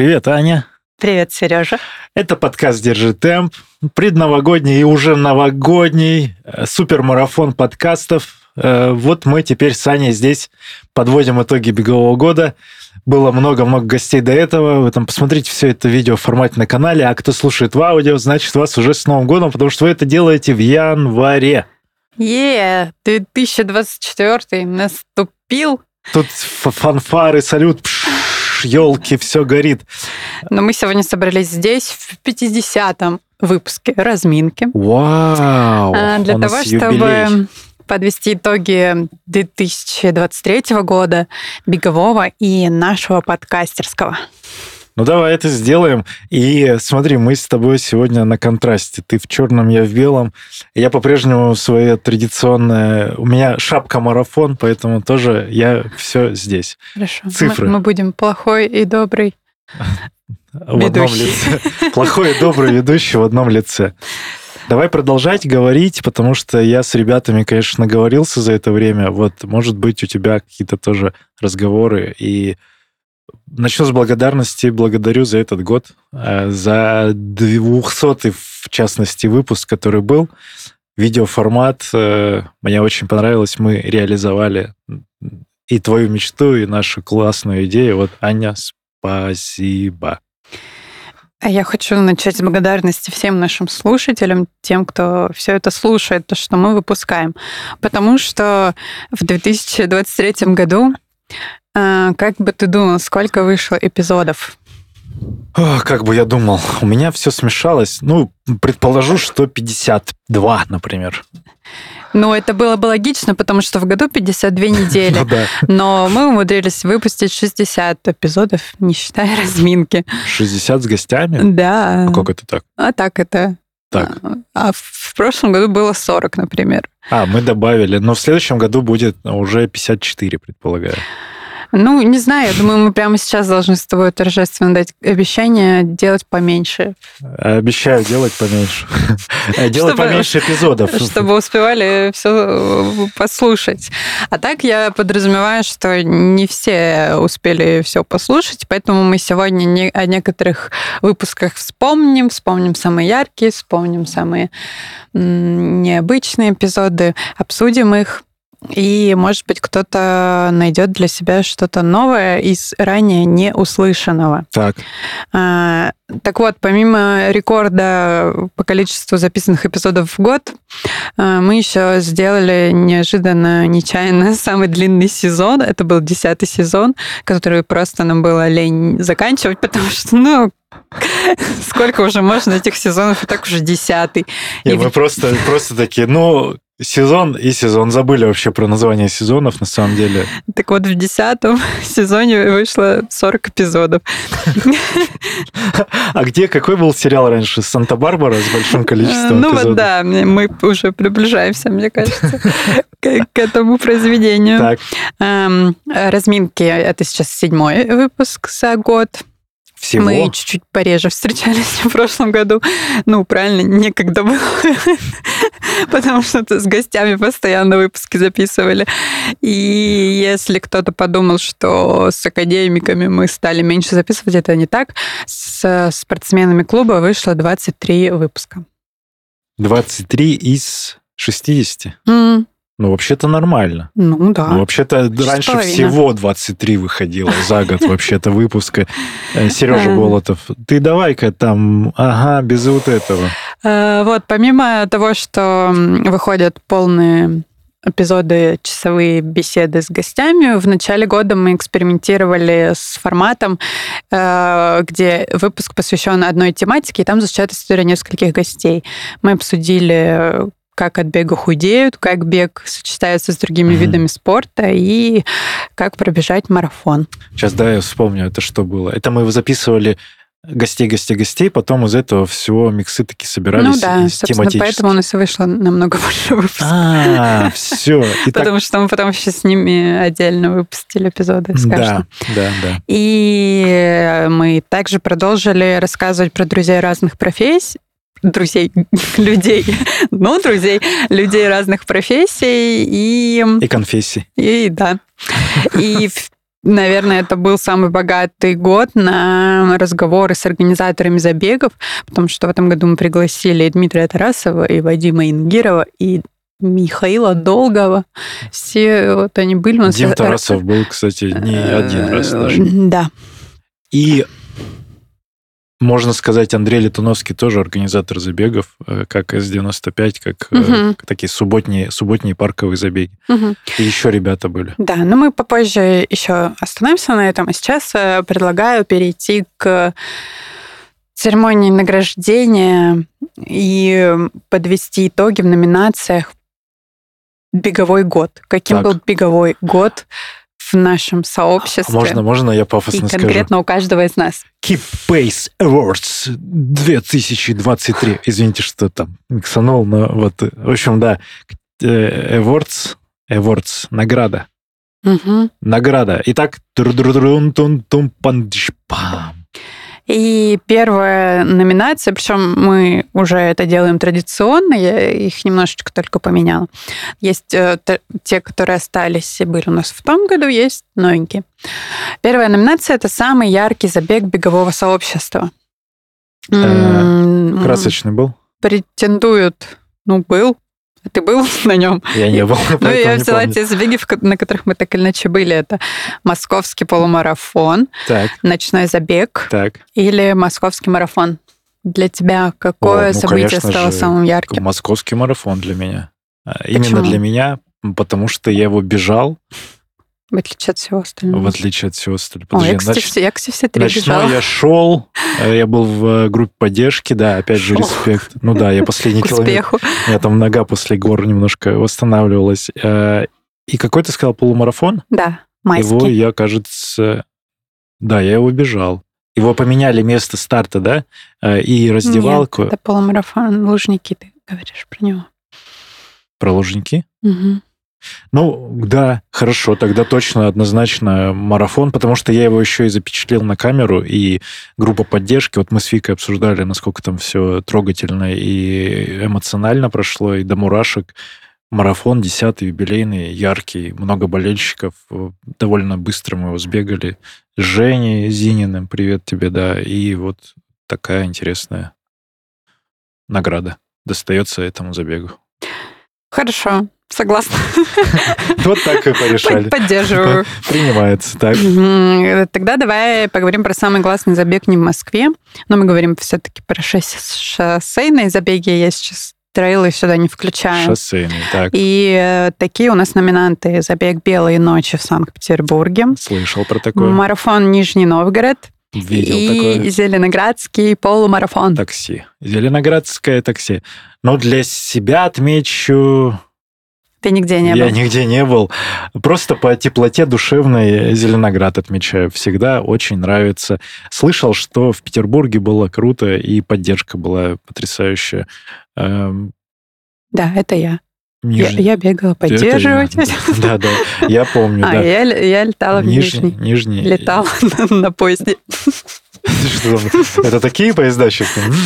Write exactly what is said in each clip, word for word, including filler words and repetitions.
Привет, Аня. Привет, Сережа. Это подкаст «Держи темп», предновогодний и уже новогодний супермарафон подкастов. Вот мы теперь с Аней здесь подводим итоги бегового года. Было много-много гостей до этого. Вы там посмотрите все это видео в формате на канале. А кто слушает в аудио, значит, вас уже с Новым годом, потому что вы это делаете в январе. Е, две тысячи двадцать четвёртый наступил. Тут фанфары, салют, пш, елки, все горит. Но мы сегодня собрались здесь в пятидесятом выпуске разминки. Вау! Для того, чтобы подвести итоги две тысячи двадцать третьего года бегового и нашего подкастерского. Ну, давай это сделаем. И смотри, мы с тобой сегодня на контрасте. Ты в черном, я в белом. Я по-прежнему своя традиционная... У меня шапка-марафон, поэтому тоже я все здесь. Хорошо. Цифры. Мы, мы будем плохой и добрый в одном лице. Плохой и добрый ведущий в одном лице. Давай продолжать говорить, потому что я с ребятами, конечно, наговорился за это время. Вот, может быть, у тебя какие-то тоже разговоры. И начну с благодарности. Благодарю за этот год, за двухсотый, в частности, выпуск, который был. Видеоформат. Мне очень понравилось. Мы реализовали и твою мечту, и нашу классную идею. Вот, Аня, спасибо. А я хочу начать с благодарности всем нашим слушателям, тем, кто все это слушает, то, что мы выпускаем. Потому что в две тысячи двадцать третьем году, как бы ты думал, сколько вышло эпизодов? О, как бы я думал, у меня все смешалось. Ну, предположу, что пятьдесят два, например. Ну, это было бы логично, потому что в году пятьдесят две недели. Ну, да. Но мы умудрились выпустить шестьдесят эпизодов, не считая разминки. шестьдесят с гостями? Да. А как это так? А так это... Так. А в прошлом году было сорок, например. А, мы добавили. Но в следующем году будет уже пятьдесят четыре, предполагаю. Ну, не знаю, я думаю, мы прямо сейчас должны с тобой торжественно дать обещание делать поменьше. Обещаю делать поменьше. Делать поменьше эпизодов. Чтобы успевали все послушать. А так я подразумеваю, что не все успели все послушать, поэтому мы сегодня о некоторых выпусках вспомним, вспомним самые яркие, вспомним самые необычные эпизоды, обсудим их. И, может быть, кто-то найдет для себя что-то новое из ранее не услышанного. Так. А, так вот, помимо рекорда по количеству записанных эпизодов в год, мы еще сделали неожиданно, нечаянно самый длинный сезон. Это был десятый сезон, который просто нам было лень заканчивать, потому что, ну, сколько уже можно этих сезонов, и так уже десятый. Не, и... мы просто, просто такие, ну... Сезон и сезон. Забыли вообще про название сезонов, на самом деле. Так вот, в десятом сезоне вышло сорок эпизодов. А где, какой был сериал раньше? «Санта-Барбара» с большим количеством ну, эпизодов? Ну вот да, мы уже приближаемся, мне кажется, к, к этому произведению. Так. Эм, разминки — это сейчас седьмой выпуск за год. Всего? Мы чуть-чуть пореже встречались в прошлом году. Ну, правильно, некогда было. Потому что с гостями постоянно выпуски записывали. И если кто-то подумал, что с академиками мы стали меньше записывать, это не так. С спортсменами клуба вышло двадцать три выпуска. двадцать три из шестидесяти? Mm. Ну, вообще-то нормально. Ну, да. Ну, вообще-то раньше всего двадцать три выходило за год вообще-то выпуска. Сережа Болотов, ты давай-ка там, ага, без вот этого. Вот, помимо того, что выходят полные эпизоды, часовые беседы с гостями, в начале года мы экспериментировали с форматом, где выпуск посвящен одной тематике, и там звучат истории нескольких гостей. Мы обсудили, как от бега худеют, как бег сочетается с другими mm-hmm. видами спорта и как пробежать марафон. Сейчас, да, я вспомню, это что было. Это мы записывали гостей, гостей, гостей, потом из этого всего миксы таки собирались. Ну да, собственно, поэтому у нас и вышло намного больше выпусков. А, все. Потому что мы потом еще с ними отдельно выпустили эпизоды, скажем. Да, да, да. И мы также продолжили рассказывать про друзей разных профессий, друзей, людей, ну, друзей, людей разных профессий и... И конфессий. И, да. И наверное, это был самый богатый год на разговоры с организаторами забегов, потому что в этом году мы пригласили и Дмитрия Тарасова, и Вадима Ингирова, и Михаила Долгова. Все вот они были у нас. Дим Тарасов был, кстати, не один раз даже. Да. И, можно сказать, Андрей Летуновский тоже организатор забегов, как эс девяносто пять, как угу. такие субботние, субботние парковые забеги. Угу. И еще ребята были. Да, но мы попозже еще остановимся на этом. А сейчас предлагаю перейти к церемонии награждения и подвести итоги в номинациях «Беговой год». Каким так. был беговой год в нашем сообществе? Можно, можно я пафосно и скажу? Конкретно у каждого из нас. Keep Pace Awards две тысячи двадцать три. Извините, что там миксанул, но вот, в общем, да, Awards, Awards, награда. Угу. Награда. Итак, тун-тун-тун-пам. И первая номинация, причем мы уже это делаем традиционно, я их немножечко только поменяла. Есть э, те, которые остались и были у нас в том году, есть новенькие. Первая номинация – это самый яркий забег бегового сообщества. Красочный был? Претендуют, ну, был. Ты был на нем? Я не был. Ну, я взяла те забеги, на которых мы так или иначе были. Это московский полумарафон, так. ночной забег так. или московский марафон. Для тебя какое О, ну, событие стало же, самым ярким? Московский марафон для меня. Почему? Именно для меня, потому что я его бежал. В отличие от всего остального. В отличие от всего остального. Подожди, О, я, кстати, нач... я, кстати, все три бежала. Ночной я шел, я был в группе поддержки, да, опять же, шел. Респект. Ну да, я последний километр. У меня там нога после гор немножко восстанавливалась. И какой ты сказал, полумарафон? Да, майский. Его я, кажется... Да, я его бежал. Его поменяли место старта, да? И раздевалку. Нет, это полумарафон. Лужники, ты говоришь про него. Про Лужники? Угу. Ну, да, хорошо, тогда точно, однозначно марафон, потому что я его еще и запечатлел на камеру, и группа поддержки, вот мы с Викой обсуждали, насколько там все трогательно и эмоционально прошло, и до мурашек. Марафон десятый, юбилейный, яркий, много болельщиков, довольно быстро мы его сбегали. С Женей Зининым, привет тебе, да, и вот такая интересная награда достается этому забегу. Хорошо. Согласна. Вот так и порешали. Поддерживаю. Принимается, так. Тогда давай поговорим про самый классный забег не в Москве. Но мы говорим все-таки про шоссейные забеги. Я сейчас трейлы сюда не включаю. Шоссейные, так. И такие у нас номинанты. Забег «Белые ночи» в Санкт-Петербурге. Слышал про такое. Марафон «Нижний Новгород». Видел и такое. Зеленоградский полумарафон. Такси. Зеленоградское такси. Но для себя отмечу... Ты нигде не был? Я нигде не был. Просто по теплоте душевной Зеленоград отмечаю. Всегда очень нравится. Слышал, что в Петербурге было круто, и поддержка была потрясающая. Да, это я. Нижний. Я, я бегала поддерживать. Да, да, я помню. А, да. я, я летала в Нижний. Нижний. Летала на, на поезде. Это такие поезда сейчас?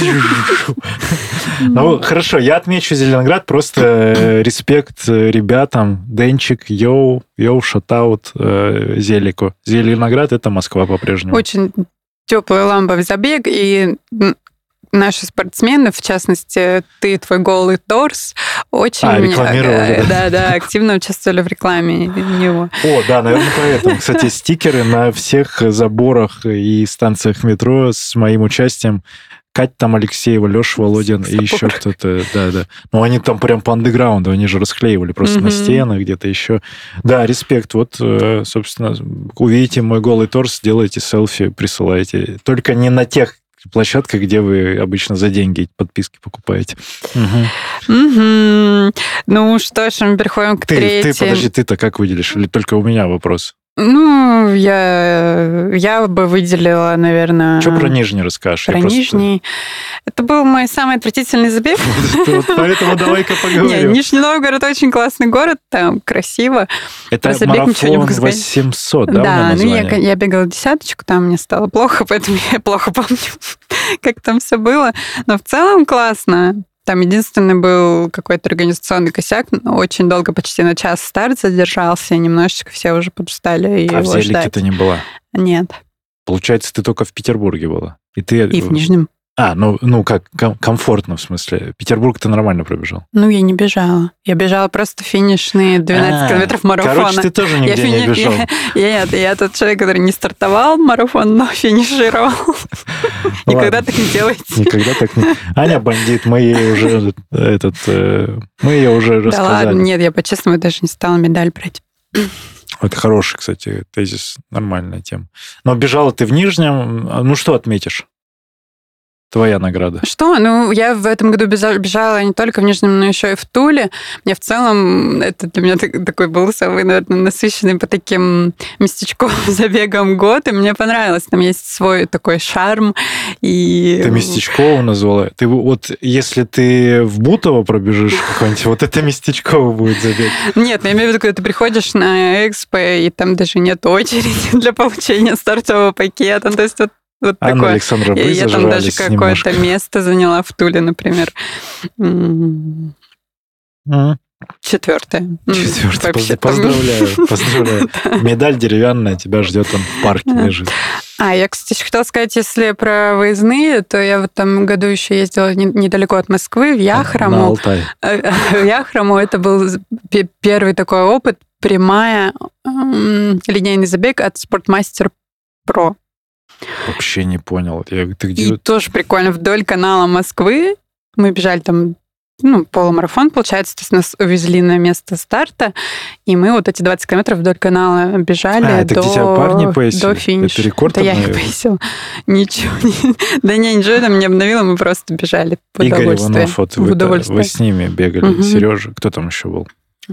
Ну, хорошо, я отмечу Зеленоград, просто респект ребятам. Денчик, йоу, йоу, шатаут Зелику. Зеленоград — это Москва по-прежнему. Очень теплый ламповый забег, и наши спортсмены, в частности, ты и твой голый торс, очень а, рекламировали, да, да, активно участвовали в рекламе него. О, да, наверное, поэтому. Кстати, стикеры на всех заборах и станциях метро с моим участием. Катя там Алексеева, Леша Володин и еще кто-то. Да, да. Ну, они там прям по андеграунду, они же расклеивали просто mm-hmm. на стенах, где-то еще. Да, респект. Вот, собственно, увидите мой голый торс, делайте селфи, присылайте. Только не на тех площадка, где вы обычно за деньги подписки покупаете. Угу. Угу. Ну что ж, мы переходим к ты, третьей. Ты, подожди, ты-то как выделишь? Или только у меня вопрос? Ну, я, я бы выделила, наверное... Что про Нижний расскажешь? Про Нижний. Это был мой самый отвратительный забег. Поэтому давай-ка поговорим. Нижний Новгород очень классный город, там красиво. Это марафон восемьсот, да? Да, ну я бегала десяточку, там мне стало плохо, поэтому я плохо помню, как там все было. Но в целом классно. Там единственный был какой-то организационный косяк. Очень долго, почти на час старт задержался, и немножечко все уже подустали его ждать. А в Зелике ты не была? Нет. Получается, ты только в Петербурге была? И, ты... и в Нижнем. А, ну, ну как, ком- комфортно в смысле. Петербург ты нормально пробежал? Ну, я не бежала. Я бежала просто финишные двенадцать А-а-а. километров марафона. Короче, ты тоже нигде я фини... не бежал. Я, я, я тот человек, который не стартовал марафон, но финишировал. Никогда так не делайте. Никогда так не... Аня бандит, мы ей уже этот... Мы ее уже рассказали. Да ладно, нет, я по-честному даже не стала медаль брать. Это хороший, кстати, тезис, нормальная тема. Но бежала ты в Нижнем, ну что отметишь? Твоя награда. Что? Ну, я в этом году бежала не только в Нижнем, но еще и в Туле. Мне в целом, это для меня такой был самый, наверное, насыщенный по таким местечковым забегам год, и мне понравилось. Там есть свой такой шарм. И... Ты местечково назвала? Ты вот, если ты в Бутово пробежишь какой-нибудь, вот это местечково будет забег. Нет, я имею в виду, когда ты приходишь на экспо, и там даже нет очереди для получения стартового пакета. То есть вот Вот Анна такое. Александровна, вы Я там даже зажрались какое-то немножко. место заняла в Туле, например. М, М, Четвертое. М, Четвертый. вообще Поз- там. Поздравляю, поздравляю. Медаль деревянная тебя ждет, там в парке лежит. А, я, кстати, еще хотела сказать, если про выездные, то я в этом году еще ездила не- недалеко от Москвы, в На Яхрому. Алтай. В Яхрому это был пе- первый такой опыт, прямая м, линейный забег от Спортмастер Про. Вообще не понял. Я, ты И где? тоже прикольно, вдоль канала Москвы мы бежали там, ну, полумарафон, получается, то есть нас увезли на место старта, и мы вот эти двадцать километров вдоль канала бежали А, это до, где тебя парни поясили? до финиша. Это рекорд Да я их обновил? поясила. Ничего не... Да не, ничего там не обновила, мы просто бежали в Игорь удовольствие. Иванов, вот в вы, удовольствие. вы с ними бегали. Мгм. Сережа, кто там еще был?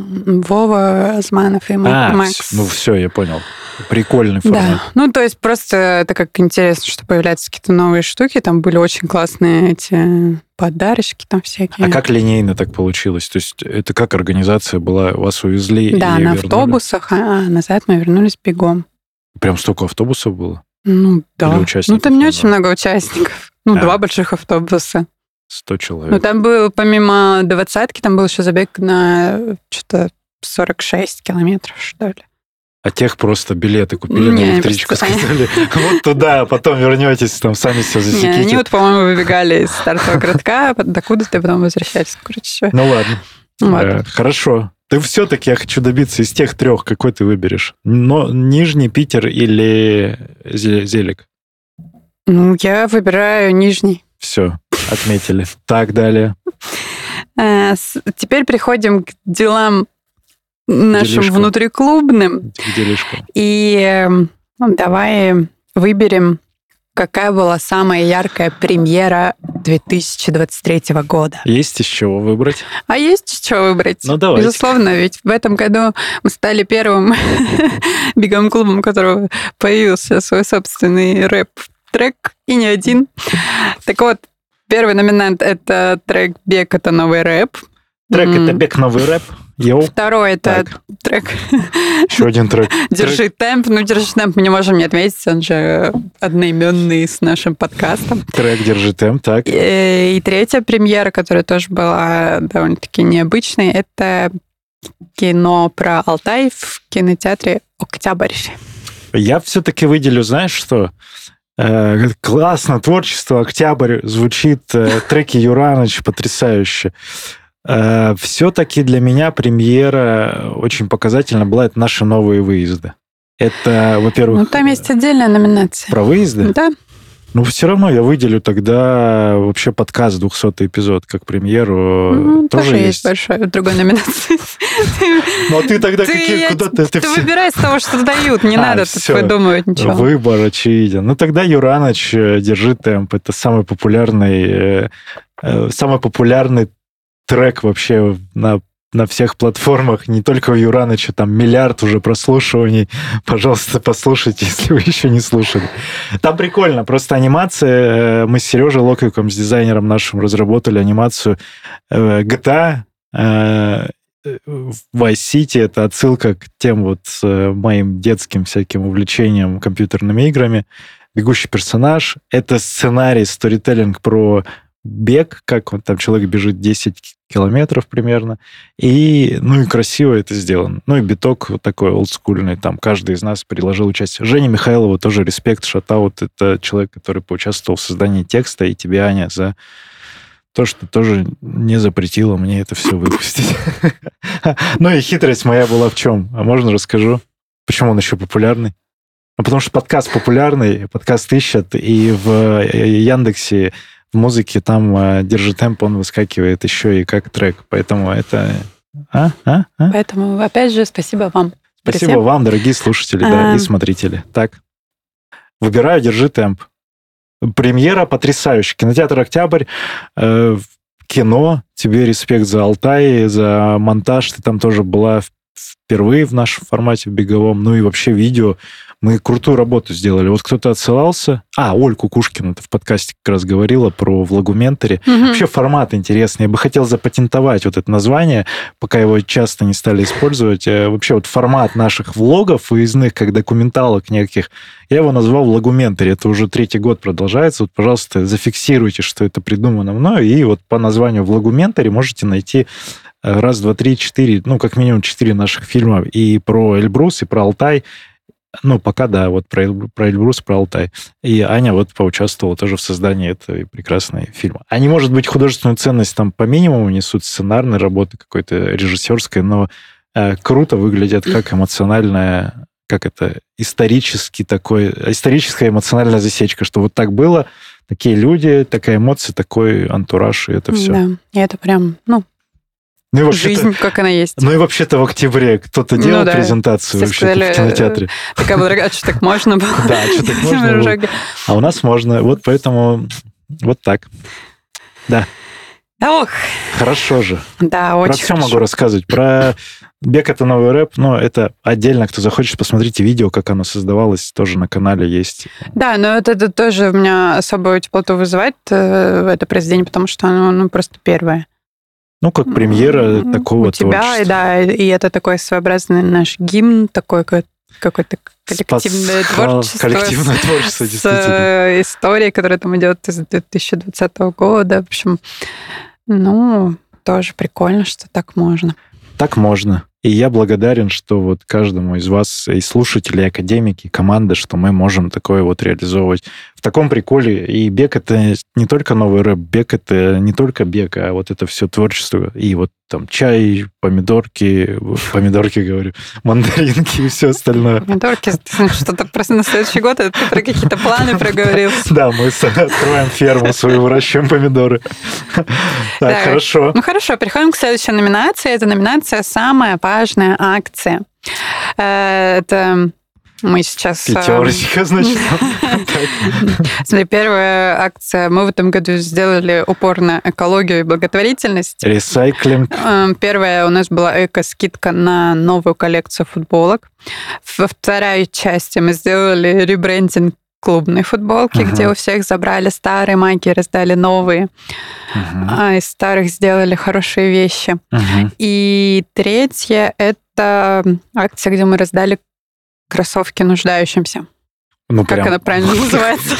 Вова Османов и Ма- А, Макс. вс- ну все, я понял. Прикольный формат. Да, ну то есть просто это как интересно, что появляются какие-то новые штуки. Там были очень классные эти подарочки там всякие. А как линейно так получилось? То есть это как организация была? Вас увезли Да, и на вернули? автобусах, а назад мы вернулись бегом. Прям столько автобусов было? Ну да. Или Ну участников там не много? очень много участников. Ну, А. два больших автобуса. Сто человек. Ну там был, помимо двадцатки, там был еще забег на что-то сорок шесть километров, что ли. А тех просто билеты купили Не, на они электричку, просто- сказали, вот туда, а потом вернетесь, там сами все Не, они засеките. вот, по-моему, выбегали из стартового городка, докуда-то, и потом возвращались. Короче, всё. Ну ладно. Вот. Э, Хорошо. Ты все-таки, я хочу добиться из тех трех, какой ты выберешь? Но Нижний, Питер или Зе- Зелик? Ну, я выбираю нижний. Все, отметили. Так, далее. Э, с- Теперь переходим к делам нашим Делишкам. внутриклубным. Где Лишка? И э, ну, давай выберем, какая была самая яркая премьера две тысячи двадцать третьего года. Есть из чего выбрать? А есть из чего выбрать? Ну, давайте. Безусловно, ведь в этом году мы стали первым беговым клубом, у которого появился свой собственный рэп-трек, и не один. Так вот, первый номинант — это трек «Бег — это новый рэп». Трек М. это бег новый рэп. Йоу. Второй — это Так. трек Еще один трек. «Держи темп». Ну, «Держи темп» мы не можем не отметить, он же одноименный с нашим подкастом. Трек «Держи темп», так. И, и третья премьера, которая тоже была довольно-таки необычной, это кино про Алтай в кинотеатре «Октябрь». Я все-таки выделю, знаешь что? Э, классно, творчество, «Октябрь» звучит, э, треки Юраныч потрясающе. Все-таки для меня премьера очень показательна была, это наши новые выезды. Это, во-первых, Ну, там есть отдельная номинация. про выезды. Да, Ну, все равно я выделю тогда вообще подкаст двухсотый эпизод как премьеру. ну, тоже, тоже есть есть. большой в другой номинации. Ну, а ты тогда Ты, какие, я- куда ты? Ты ты все... выбирай из того, что дают, не А, надо тут всё. выдумывать ничего. Выбор очевиден. Ну, тогда Юраныч э, «Держи темп». Это самый популярный, э, э, самый популярный трек вообще на, на всех платформах. Не только у Юраныча, там миллиард уже прослушиваний. Пожалуйста, послушайте, если вы еще не слушали. Там прикольно. Просто анимация. э, Мы с Сережей Локвиком, с дизайнером нашим, разработали анимацию э, джи ти эй, э, в Vice City. Это отсылка к тем вот э, моим детским всяким увлечениям компьютерными играми. Бегущий персонаж. Это сценарий, сторителлинг про бег, как он там, человек бежит десять километров примерно, и, ну, и красиво это сделано. Ну, и биток вот такой олдскульный, там каждый из нас приложил участие. Женя Михайлова тоже респект, шатаут, это человек, который поучаствовал в создании текста, и тебе, Аня, за то, что тоже не запретила мне это все выпустить. Ну и хитрость моя была в чем? А можно расскажу? Почему он еще популярный? Ну, потому что подкаст популярный, подкаст ищет, и в Яндексе в музыке там «Держи темп», он выскакивает еще и как трек. Поэтому это... А? А? А? Поэтому, опять же, спасибо вам. Спасибо друзья. вам, дорогие слушатели, а... да, и смотрители. Так, выбираю «Держи темп». Премьера потрясающая. Кинотеатр «Октябрь», э, кино. Тебе респект за Алтай, за монтаж. Ты там тоже была впервые в нашем формате в беговом. Ну и вообще видео. Мы крутую работу сделали. Вот кто-то отсылался. А, Оль Кукушкина, ты в подкасте как раз говорила про влогументари. Угу. Вообще формат интересный. Я бы хотел запатентовать вот это название, пока его часто не стали использовать. Вообще вот формат наших влогов выездных, как документалок неких, я его назвал влогументари. Это уже третий год продолжается. Вот, пожалуйста, зафиксируйте, что это придумано мной. И вот по названию влогументари можете найти раз, два, три, четыре, ну, как минимум четыре наших фильма и про Эльбрус, и про Алтай. Ну, пока да, вот про, про Эльбрус, про Алтай. И Аня вот поучаствовала тоже в создании этого прекрасного фильма. Они, может быть, художественную ценность там по минимуму несут, сценарной работы какой-то режиссерской, но э, круто выглядят как эмоциональная, как это, исторический такой, историческая эмоциональная засечка, что вот так было, такие люди, такая эмоция, такой антураж, и это все. Да, и это прям, ну, Ну, жизнь, как она есть. Ну и вообще-то в октябре кто-то делал ну, да. презентацию вообще в кинотеатре. Такая была, а что так можно было? Да, что так можно было. А у нас можно. Вот поэтому вот так. Да. Ох. Хорошо же. Да, очень Про все могу рассказывать. Про бег — это новый рэп, но это отдельно. Кто захочет, посмотрите видео, как оно создавалось, тоже на канале есть. Да, но это, это тоже у меня особую теплоту вызывает в это произведение, потому что оно ну, просто первое. Ну, как премьера mm-hmm. такого У тебя, творчества. Да, и это такой своеобразный наш гимн, такой какой-то коллективное Спас... творчество. Коллективное творчество, действительно. С историей, которая там идет из две тысячи двадцатого года. В общем, ну, тоже прикольно, что так можно. Так можно. И я благодарен, что вот каждому из вас, и слушателей, и академики, и команды, что мы можем такое вот реализовывать в таком приколе. И бег — это не только новый рэп, бег — это не только бег, а вот это все творчество. И вот там чай, помидорки, помидорки, говорю, мандаринки и все остальное. Помидорки, что-то просто на следующий год, ты про какие-то планы проговорил. Да, мы открываем ферму свою, выращиваем помидоры. Так, хорошо. Ну, хорошо, переходим к следующей номинации. Это номинация «Самая важная акция». Это... Мы сейчас... Пятерочка, значит. Смотри, первая акция. Мы в этом году сделали упор на экологию и благотворительность. Ресайклинг. Первая у нас была эко-скидка на новую коллекцию футболок. Во второй части мы сделали ребрендинг клубной футболки, uh-huh. где у всех забрали старые майки, раздали новые. Uh-huh. А из старых сделали хорошие вещи. Uh-huh. И третья – это акция, где мы раздали кроссовки нуждающимся. Ну, как прям... она правильно называется?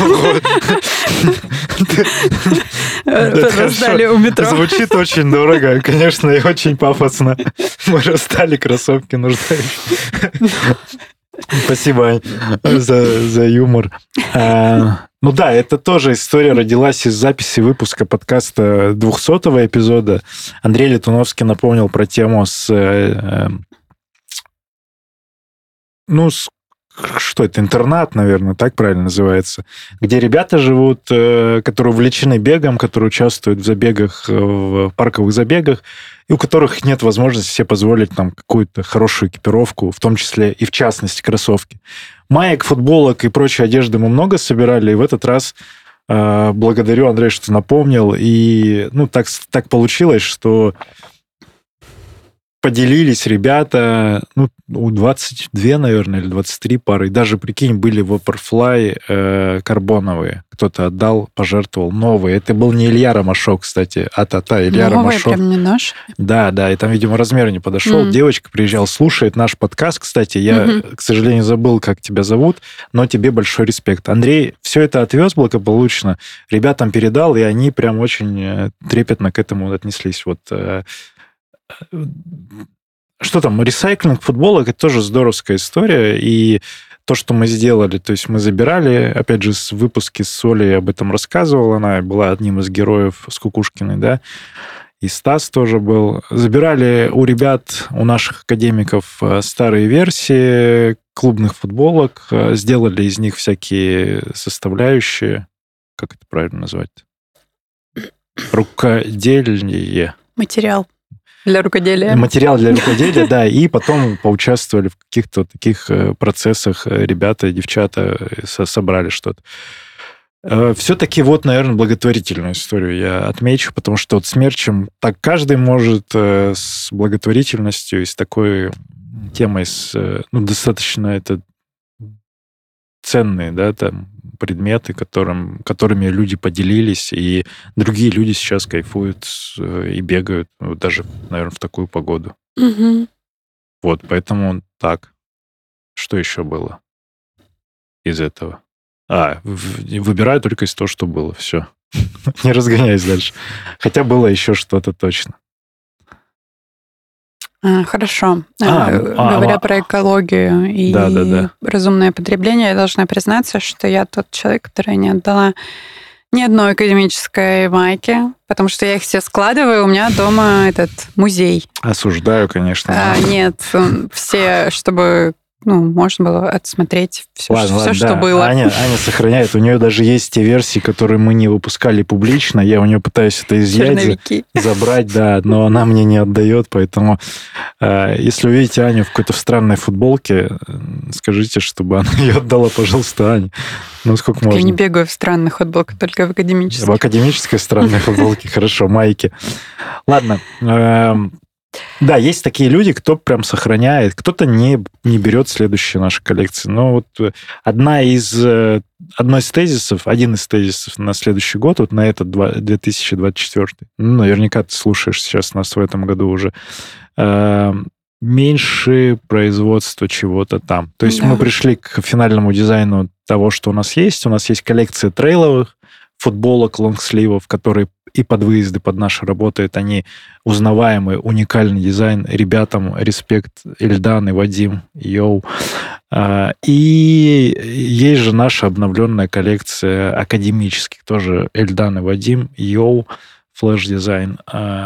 Раздали у метро. Звучит очень дорого, конечно, и очень пафосно. Мы раздали кроссовки нуждающимся. Спасибо, Ань, за, за юмор. А, ну да, это тоже история родилась из записи выпуска подкаста двухсотого эпизода. Андрей Летуновский напомнил про тему с... Э, ну, с, что это, интернат, наверное, так правильно называется, где ребята живут, э, которые увлечены бегом, которые участвуют в забегах, в парковых забегах, и у которых нет возможности себе позволить там какую-то хорошую экипировку, в том числе и в частности кроссовки. Маек, футболок и прочей одежды мы много собирали, и в этот раз э, благодарю, Андрей, что напомнил, и ну, так, так получилось, что поделились ребята, ну, у двадцать два, наверное, или двадцать три пары. И даже, прикинь, были Vaporfly э, карбоновые. Кто-то отдал, пожертвовал новые. Это был не Илья Ромашов, кстати, а та-та, Илья новые, Ромашов. Прям не наш. Да, да, и там, видимо, размер не подошел. Mm. Девочка приезжала, слушает наш подкаст. Кстати, я, mm-hmm. к сожалению, забыл, как тебя зовут, но тебе большой респект. Андрей все это отвез благополучно, ребятам передал, и они прям очень трепетно к этому отнеслись. Вот... Что там, ресайклинг футболок, это тоже здоровская история, и то, что мы сделали, то есть мы забирали, опять же, с выпуски с Олей об этом рассказывала, она была одним из героев с Кукушкиной, да, и Стас тоже был. Забирали у ребят, у наших академиков старые версии клубных футболок, сделали из них всякие составляющие, как это правильно назвать? Рукоделье. Материал. Для рукоделия. Материал для рукоделия, да, и потом поучаствовали в каких-то таких процессах. Ребята, девчата собрали что-то. Все-таки вот, наверное, благотворительную историю я отмечу, потому что вот с мерчем так каждый может с благотворительностью и с такой темой, с, ну, достаточно это ценные, да, там, предметы, которым, которыми люди поделились, и другие люди сейчас кайфуют и бегают, вот даже, наверное, в такую погоду. Угу. Вот, поэтому так. Что еще было из этого? А, выбираю только из того, что было. Все. Не разгоняюсь дальше. Хотя было еще что-то точно. Хорошо. А, Говоря а, про экологию и да, да, да. разумное потребление, я должна признаться, что я тот человек, который не отдала ни одной академической майки, потому что я их все складываю, у меня дома этот музей. Осуждаю, конечно. А, нет, все, чтобы... Ну, можно было отсмотреть все, ладно, что, ладно, все да. что было. Аня, Аня сохраняет. У нее даже есть те версии, которые мы не выпускали публично. Я у нее пытаюсь это изъять, Черновики. забрать, да, но она мне не отдает. Поэтому, э, если увидите Аню в какой-то странной футболке, скажите, чтобы она ее отдала, пожалуйста, Ане. Ну, сколько так можно. Я не бегаю в странных футболках, только в академической. В академической странной футболке, хорошо, майки. Ладно. Да, есть такие люди, кто прям сохраняет, кто-то не, не берет следующие наши коллекции. Но вот одна из, одно из тезисов, один из тезисов на следующий год, вот на этот две тысячи двадцать четвёртый, ну, наверняка ты слушаешь сейчас нас в этом году уже, э, меньше производства чего-то там. То есть да. мы пришли к финальному дизайну того, что у нас есть. У нас есть коллекция трейловых футболок, лонгсливов, которые и под выезды, под наши работают, они узнаваемые, уникальный дизайн. Ребятам респект, Эльдан и Вадим, йоу. И есть же наша обновленная коллекция академических, тоже Эльдан и Вадим, йоу, флэш-дизайн.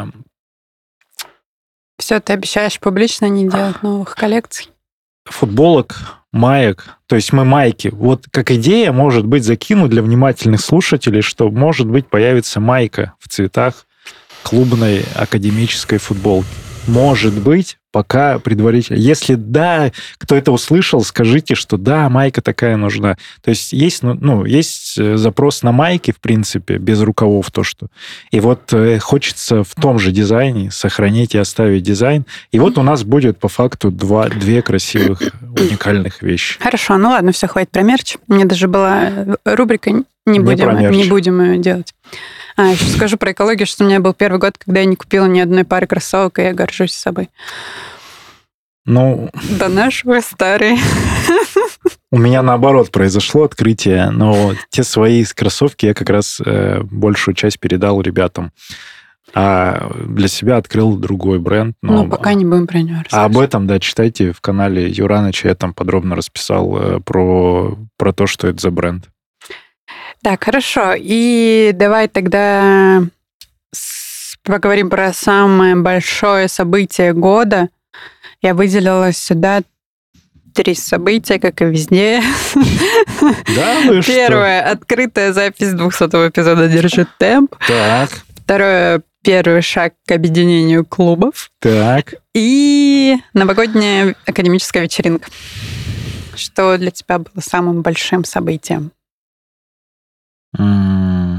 Все, ты обещаешь публично не делать новых коллекций? Футболок, маек. То есть мы майки. Вот как идея может быть закинуть для внимательных слушателей, что, может быть, появится майка в цветах клубной академической футболки. Может быть, пока предварительно. Если да, кто это услышал, скажите, что да, майка такая нужна. То есть есть, ну, есть запрос на майки, в принципе, без рукавов то, что. И вот хочется в том же дизайне сохранить и оставить дизайн. И вот у нас будет по факту два, две красивых, уникальных вещи. Хорошо, ну ладно, все, хватит про мерч. У меня даже была рубрика «Не будем, не будем ее делать». А, еще скажу про экологию, что у меня был первый год, когда я не купила ни одной пары кроссовок, и я горжусь собой. Ну... До нашего старые. У меня, наоборот, произошло открытие, но те свои кроссовки я как раз э, большую часть передал ребятам. А для себя открыл другой бренд. Но... Ну, пока не будем про него рассказывать. А об этом, да, читайте в канале Юраныча, я там подробно расписал э, про, про то, что это за бренд. Так, хорошо. И давай тогда поговорим про самое большое событие года. Я выделила сюда три события, как и везде. Да, ну и что? Первое. Открытая запись двухсотого эпизода «Держи темп». Так. Второе. Первый шаг к объединению клубов. Так. И новогодняя академическая вечеринка. Что для тебя было самым большим событием?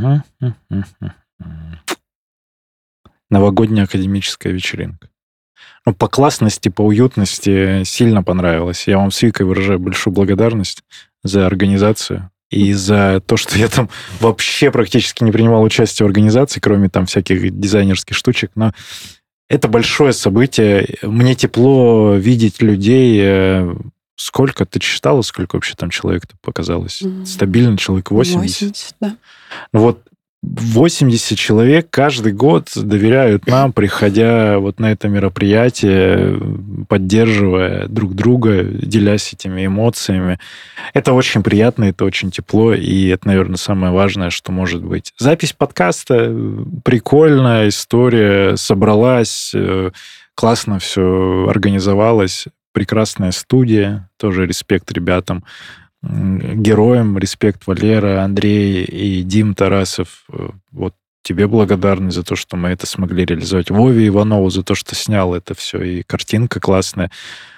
Новогодняя академическая вечеринка. ну, по классности, по уютности сильно понравилось. Я вам с Викой выражаю большую благодарность за организацию и за то, что я там вообще практически не принимал участие в организации, кроме там всяких дизайнерских штучек, но это большое событие. Мне тепло видеть людей. Сколько? Ты читала, сколько вообще там человек-то показалось? Mm. Стабильно человек восемьдесят? восемьдесят, да. Вот восемьдесят человек каждый год доверяют нам, приходя вот на это мероприятие, поддерживая друг друга, делясь этими эмоциями. Это очень приятно, это очень тепло, и это, наверное, самое важное, что может быть. Запись подкаста, прикольная история, собралась, классно все организовалось, прекрасная студия, тоже респект ребятам. Героям респект, Валера, Андрей и Дим Тарасов. Вот тебе благодарность за то, что мы это смогли реализовать. Вове Иванову за то, что снял это все. И картинка классная.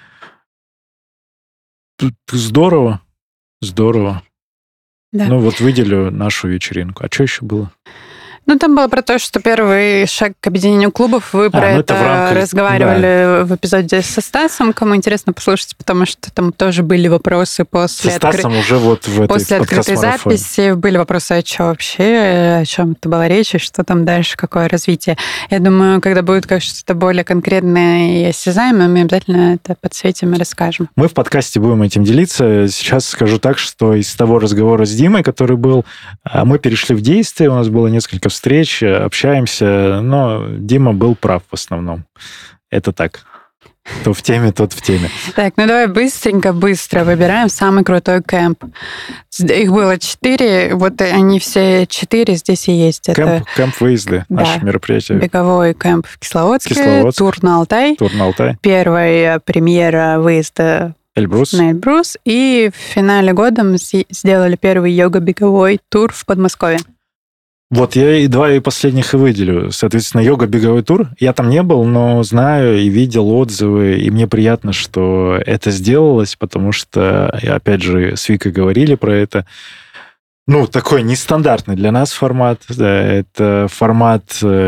Тут здорово. Здорово. Да. Ну вот выделю нашу вечеринку. А что еще было? Ну, там было про то, что первый шаг к объединению клубов, вы а, про ну это, это рамках... разговаривали да. в эпизоде со Стасом. Кому интересно, послушайте, потому что там тоже были вопросы после... Со Стасом откры... уже вот в этой После открытой записи были вопросы, о чем вообще, о чем это была речь, и что там дальше, какое развитие. Я думаю, когда будет как что-то более конкретное и осязаемое, мы обязательно это подсветим и расскажем. Мы в подкасте будем этим делиться. Сейчас скажу так, что из того разговора с Димой, который был, мы перешли в действие, у нас было несколько встреч, общаемся, но Дима был прав в основном. Это так. То в теме, тот в теме. Так, ну давай быстренько, быстро выбираем самый крутой кэмп. Их было четыре, вот они все четыре здесь и есть. Кэмп, Это... кэмп-выезды, да. Наше мероприятие. Беговой кэмп в Кисловодске, Кисловодск. тур на Алтай. Тур на Алтай. Первая премьера выезда Эльбрус. на Эльбрус. И в финале года мы сделали первый йога-беговой тур в Подмосковье. Вот я и два и последних и выделю. Соответственно, йога-беговой тур. Я там не был, но знаю и видел отзывы, и мне приятно, что это сделалось, потому что, опять же, с Викой говорили про это. Ну, такой нестандартный для нас формат. Да, это формат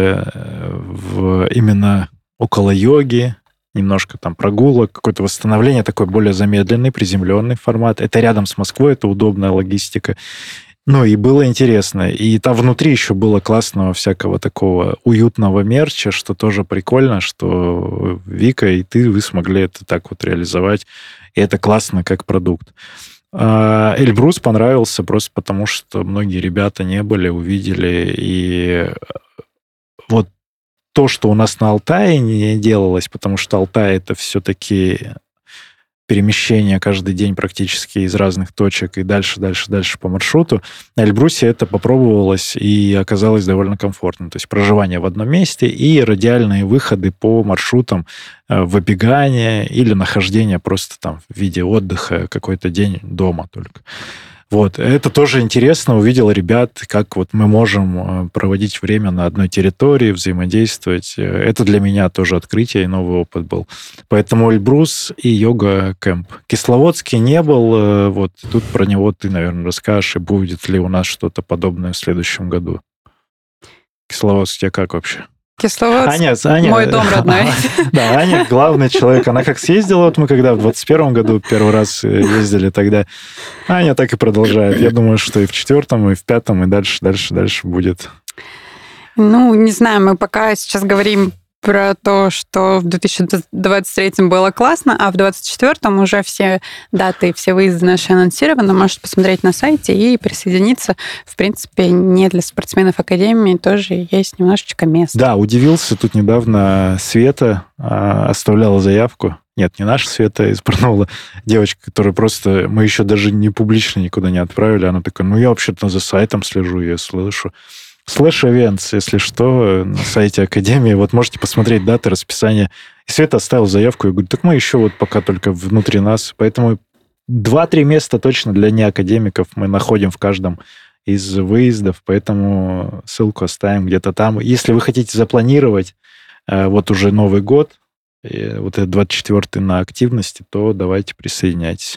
в, именно около йоги, немножко там прогулок, какое-то восстановление, такой более замедленный, приземленный формат. Это рядом с Москвой, это удобная логистика. Ну, и было интересно. И там внутри еще было классного всякого такого уютного мерча, что тоже прикольно, что Вика и ты, вы смогли это так вот реализовать. И это классно как продукт. Эльбрус понравился просто потому, что многие ребята не были, увидели. И вот то, что у нас на Алтае не делалось, потому что Алтай — это все-таки... перемещение каждый день практически из разных точек и дальше, дальше, дальше по маршруту. На Эльбрусе это попробовалось и оказалось довольно комфортно. То есть проживание в одном месте и радиальные выходы по маршрутам, выбегание или нахождение просто там в виде отдыха какой-то день дома только. Вот. Это тоже интересно. Увидел ребят, как вот мы можем проводить время на одной территории, взаимодействовать. Это для меня тоже открытие и новый опыт был. Поэтому Эльбрус и йога-кэмп. Кисловодский не был. Вот тут про него ты, наверное, расскажешь, и будет ли у нас что-то подобное в следующем году. Кисловодск тебе как вообще? Кисловодск, Аня, Аня, мой дом родной. Да, Аня главный человек. Она как съездила, вот мы когда в двадцать первом году первый раз ездили тогда, Аня так и продолжает. Я думаю, что и в четвертом, и в пятом, и дальше, дальше, дальше будет. Ну, не знаю, мы пока сейчас говорим про то, что в две тысячи двадцать третьем было классно, а в двадцать четвертом уже все даты, все выезды наши анонсированы. Можете посмотреть на сайте и присоединиться. В принципе, не для спортсменов Академии тоже есть немножечко места. Да, удивился. Тут недавно Света а, оставляла заявку. Нет, не наша Света из Барнаула. Девочка, которая просто... Мы еще даже не публично никуда не отправили. Она такая, ну, я вообще-то за сайтом слежу, я слышу. Слэш Events, если что, на сайте Академии. Вот можете посмотреть даты, расписание. И Света оставил заявку. Я говорю, так мы еще вот пока только внутри нас. Поэтому два-три места точно для неакадемиков мы находим в каждом из выездов. Поэтому ссылку оставим где-то там. Если вы хотите запланировать вот уже Новый год, вот этот двадцать четвёртый на активности, то давайте присоединяйтесь.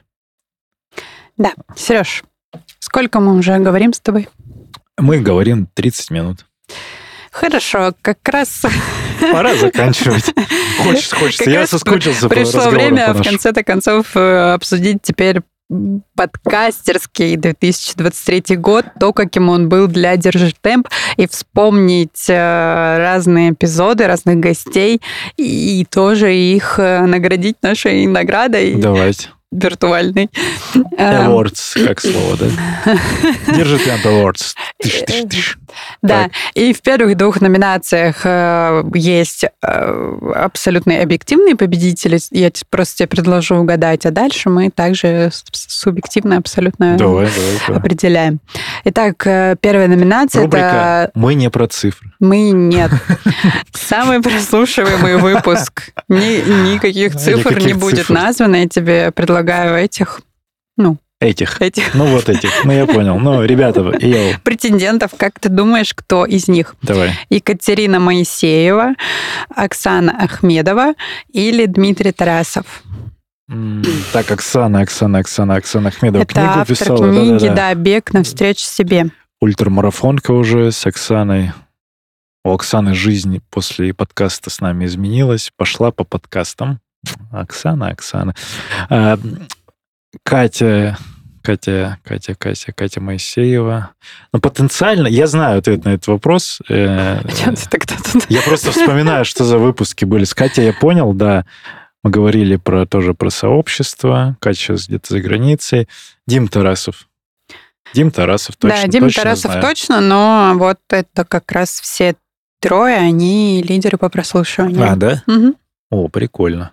Да. Сереж, сколько мы уже говорим с тобой? Мы говорим тридцать минут. Хорошо, как раз... Пора заканчивать. Хочется, хочется. Как Я соскучился по пришло время в конце-то концов обсудить теперь подкастерский две тысячи двадцать третий год, то, каким он был для «Держи темп», и вспомнить разные эпизоды, разных гостей, и тоже их наградить нашей наградой. Давайте. Виртуальный. Awards, как слово, да? Держи темп Awards. Тыш, тыш, тыш. Да, так. И в первых двух номинациях есть абсолютно объективные победители. Я просто тебе предложу угадать, а дальше мы также субъективно абсолютно давай, давай, давай. определяем. Итак, первая номинация... Рубрика это... «Мы не про цифры». Мы нет. Самый прослушиваемый выпуск. Ни, никаких цифр никаких не будет цифр. названо. Я тебе предлагаю этих... Ну, Этих. Этих. Ну, вот этих. Ну, я понял. Ну, ребята, йоу. Претендентов, как ты думаешь, кто из них? Давай. Екатерина Моисеева, Оксана Ахмедова или Дмитрий Тарасов? Так, Оксана, Оксана, Оксана, Оксана Ахмедова. Это книгу автор писала. книги, да, да, да, «Бег навстречу себе». Ультрамарафонка уже с Оксаной. У Оксаны жизнь после подкаста с нами изменилась. Пошла по подкастам. Оксана, Оксана. А, Катя, Катя, Катя, Катя, Катя Моисеева. Ну, потенциально, я знаю ответ на этот вопрос. А чем ты тогда тут? Я просто вспоминаю, что за выпуски были. С Катей я понял, да. Мы говорили про, тоже про сообщество. Катя сейчас где-то за границей. Дим Тарасов. Дим Тарасов точно. Да, Дим точно Тарасов знаю. точно, но вот это как раз все трое, они лидеры по прослушиванию. А, да? Угу. О, прикольно.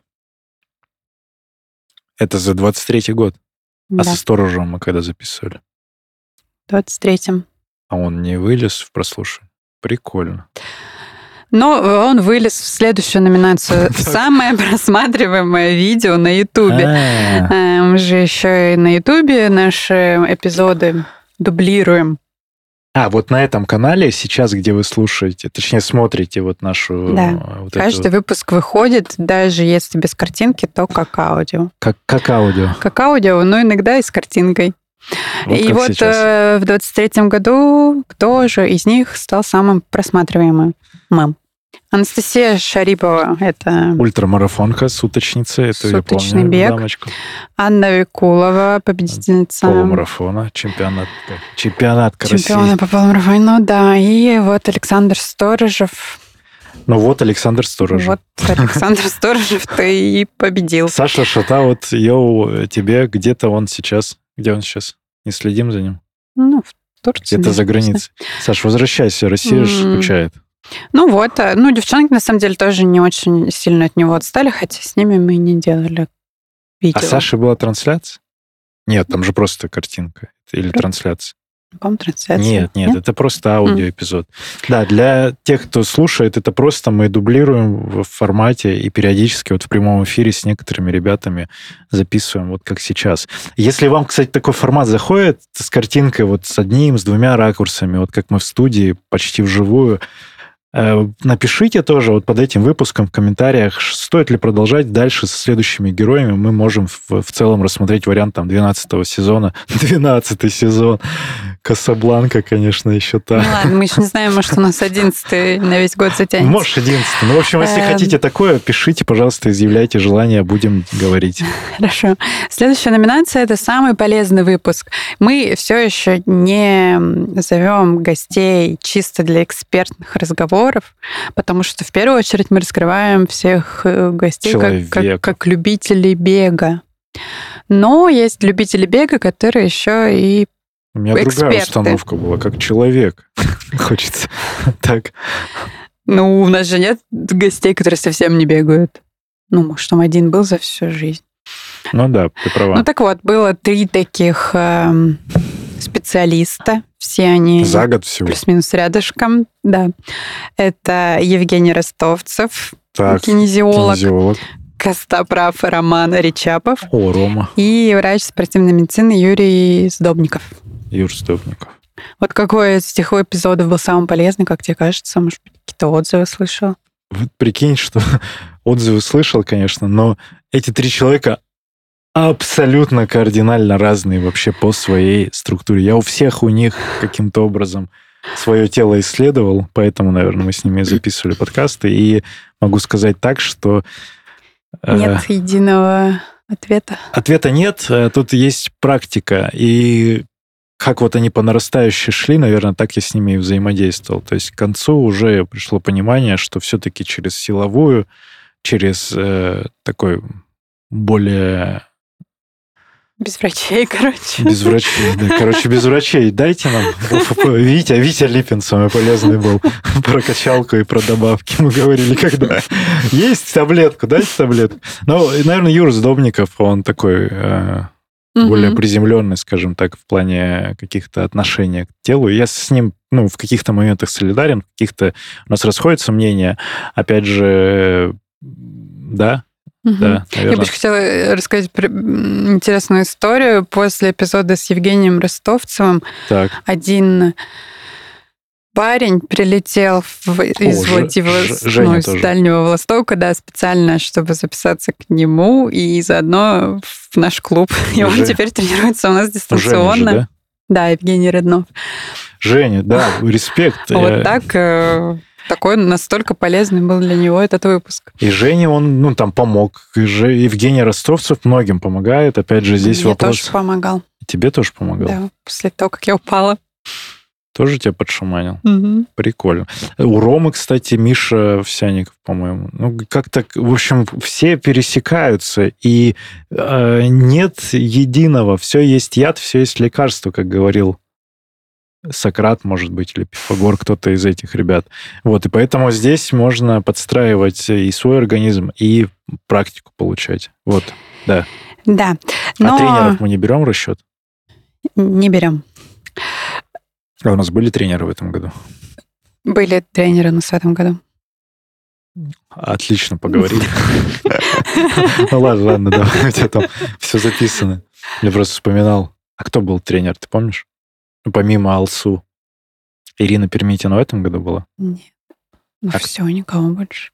Это за двадцать третий год. Да. А со Сторожем мы когда записывали? В двадцать третьем. А он не вылез в прослушивание? Прикольно. Но он вылез в следующую номинацию. Самое просматриваемое видео на Ютубе. Мы же еще и на Ютубе наши эпизоды дублируем. А, вот на этом канале сейчас, где вы слушаете, точнее, смотрите вот нашу... Да, вот каждый эту... выпуск выходит, даже если без картинки, то как аудио. Как, как аудио. Как аудио, но иногда и с картинкой. Вот и вот э, в двадцать третьем году кто же из них стал самым просматриваемым? Мам. Анастасия Шарипова, это... Ультрамарафонка, суточница, это я Суточный помню, бег. дамочку. Анна Викулова, победительница... Полумарафона, чемпионат, чемпионат России. Чемпиона по полумарафону, ну да. И вот Александр Сторожев. Ну вот Александр Сторожев. Вот Александр Сторожев-то и победил. Саша Шата, вот йоу, тебе где-то он сейчас... Где он сейчас? Не следим за ним? Ну, в Турции. Где-то за границей. Саш, возвращайся, Россия же скучает. Ну вот, ну девчонки на самом деле тоже не очень сильно от него отстали, хотя с ними мы не делали видео. А Саше была трансляция? Нет, там же просто картинка. Или трансляция? По-моему, трансляция. Нет, нет, нет, это просто аудиоэпизод. Mm. Да, для тех, кто слушает, это просто мы дублируем в формате и периодически вот в прямом эфире с некоторыми ребятами записываем, вот как сейчас. Если вам, кстати, такой формат заходит с картинкой вот с одним, с двумя ракурсами, вот как мы в студии, почти вживую, напишите тоже вот под этим выпуском в комментариях, стоит ли продолжать дальше со следующими героями. Мы можем в, в целом рассмотреть вариант там двенадцатого сезона. двенадцатый сезон. Касабланка, конечно, еще та. Ну ладно, мы еще не знаем, может, у нас одиннадцатый на весь год затянется. Может, одиннадцатый. Ну, в общем, если хотите такое, пишите, пожалуйста, изъявляйте желание, будем говорить. Хорошо. Следующая номинация – это самый полезный выпуск. Мы все еще не зовем гостей чисто для экспертных разговоров, потому что в первую очередь мы раскрываем всех гостей как, как, как любителей бега. Но есть любители бега, которые еще и У меня эксперты. Другая установка была, как человек. Хочется так. Ну, у нас же нет гостей, которые совсем не бегают. Ну, может, там один был за всю жизнь. Ну да, ты права. Ну так вот, было три таких э, специалиста. Все они... За год всего. Плюс-минус рядышком, да. Это Евгений Ростовцев, так, кинезиолог. кинезиолог. Костоправ Роман Речапов. О, Рома. И врач спортивной медицины Юрий Сдобников. Юр Сдобников. Вот какой из этих эпизодов был самый полезный, как тебе кажется? Может быть, какие-то отзывы слышал? Вот прикинь, что отзывы слышал, конечно, но эти три человека абсолютно кардинально разные вообще по своей структуре. Я у всех у них каким-то образом свое тело исследовал, поэтому, наверное, мы с ними записывали подкасты. И могу сказать так, что... Нет э, единого ответа. Ответа нет. Тут есть практика. И как вот они по нарастающей шли, наверное, так я с ними и взаимодействовал. То есть к концу уже пришло понимание, что все-таки через силовую, через э, такой более... Без врачей, короче. Без врачей, да. Короче, без врачей. Дайте нам... Витя, Витя Липин самый полезный был. Про качалку и про добавки мы говорили, когда... Есть таблетку, дайте таблетку. Ну, наверное, Юра Сдобников, он такой... Э, более угу. приземленный, скажем так, в плане каких-то отношений к телу. Я с ним, ну, в каких-то моментах солидарен, в каких-то у нас расходятся мнения. Опять же, да, угу. да, наверное. Я бы еще хотела рассказать интересную историю. После эпизода с Евгением Ростовцевым так. один парень прилетел в, из, О, Владивос... Ж... ну, из Дальнего Востока, да, специально, чтобы записаться к нему, и заодно в наш клуб. И Женя. Он теперь тренируется у нас дистанционно. Женя же, да? Да, Евгений Роднов. Женя, да, респект. Вот так, такой настолько полезный был для него этот выпуск. И Женя, он, ну, там помог. Евгений Ростовцев многим помогает. Опять же, здесь Мне вопрос... тоже помогал. Тебе тоже помогал? Да, после того, как я упала. Тоже тебя подшаманил? Угу. Прикольно. У Ромы, кстати, Миша Овсяников, по-моему. Ну, как-то, в общем, все пересекаются, и э, нет единого. Все есть яд, все есть лекарство, как говорил Сократ, может быть, или Пифагор, кто-то из этих ребят. Вот, и поэтому здесь можно подстраивать и свой организм, и практику получать. Вот, да. Да. Но... А тренеров мы не берем в расчет? Не берем. А у нас были тренеры в этом году? Были тренеры у нас в этом году. Отлично поговорили. Ну ладно, ладно, давай, у тебя там все записано. Я просто вспоминал. А кто был тренер, ты помнишь? Помимо Алсу. Ирина Пермитина в этом году была? Нет. Ну все, никого больше.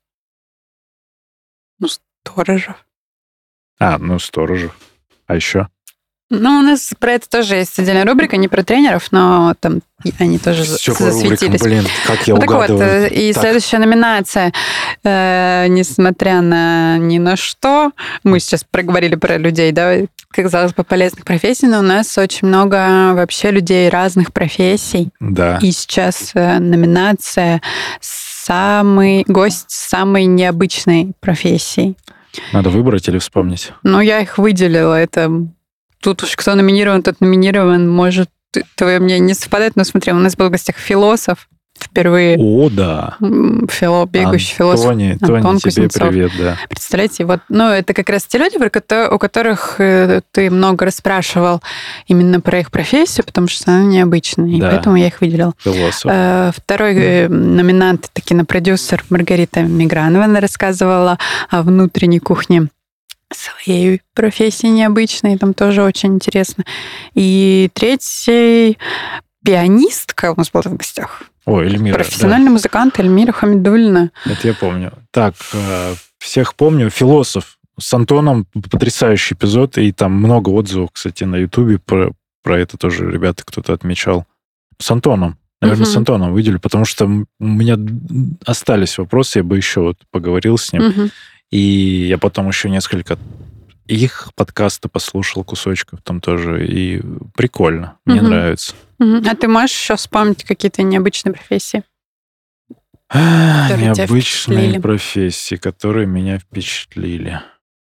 Ну, Сторожев. А, ну, Сторожев. А еще? Ну, у нас про это тоже есть отдельная рубрика, не про тренеров, но там они тоже Все засветились. Рубрика, блин, как я ну, угадываю. Так вот, и так. Следующая номинация, э, несмотря на ни на что, мы сейчас проговорили про людей, да, как казалось бы, полезных профессий, но у нас очень много вообще людей разных профессий. Да. И сейчас номинация «Самый гость самой необычной профессии». Надо выбрать или вспомнить? Ну, я их выделила, это... Тут уж кто номинирован, тот номинирован. Может, твое мнение не совпадает, но смотри, у нас был в гостях философ впервые. О, да. Фило, бегущий философ. Тони, Антон Тони, тебе Кузнецов. привет, да. Представляете, вот, ну, это как раз те люди, у которых ты много расспрашивал именно про их профессию, потому что она необычная, да. И поэтому я их выделила. Философ. Второй номинант, это кинопродюсер Маргарита Мигранова. Она рассказывала о внутренней кухне своей профессии необычной, там тоже очень интересно. И третий пианистка у нас была в гостях. О, Эльмира. Профессиональный да. музыкант Эльмира Хамидульна. Это я помню. Так, всех помню. Философ. С Антоном потрясающий эпизод, и там много отзывов, кстати, на Ютубе про, про это тоже ребята кто-то отмечал. С Антоном. Наверное, угу. с Антоном выделю, потому что у меня остались вопросы, я бы еще вот поговорил с ним. Угу. И я потом еще несколько их подкаста послушал, кусочков там тоже. И прикольно. Мне угу. нравится. Угу. А ты можешь еще вспомнить какие-то необычные профессии? А, необычные профессии, которые меня впечатлили.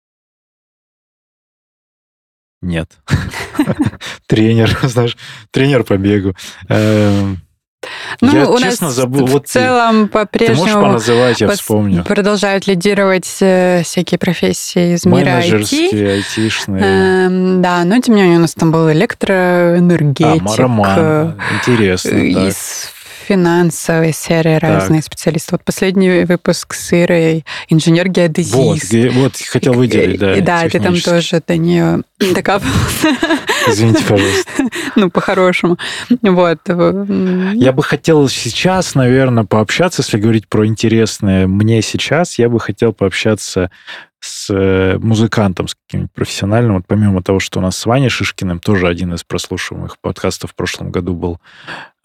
Нет. Тренер, знаешь, тренер по бегу. Ну, я, у честно, нас забыл. в вот целом по-прежнему... Ты можешь поназывать, я вспомню. Продолжают лидировать всякие профессии из мира ай ти. Менеджерские, айтишные. Эм, да, но тем не менее у нас там был электроэнергетик. А, Роман, интересно. Из так. финансовой сферы разные так. специалисты. Вот последний выпуск с Ирой, инженер-геодезист. Вот, вот, хотел выделить, да. И, да, ты там тоже до нее докапывался. Извините, пожалуйста. Ну, по-хорошему. Вот. Я бы хотел сейчас, наверное, пообщаться, если говорить про интересное мне сейчас, я бы хотел пообщаться с музыкантом, с каким-нибудь профессиональным. Вот помимо того, что у нас с Ваней Шишкиным, тоже один из прослушиваемых подкастов в прошлом году был,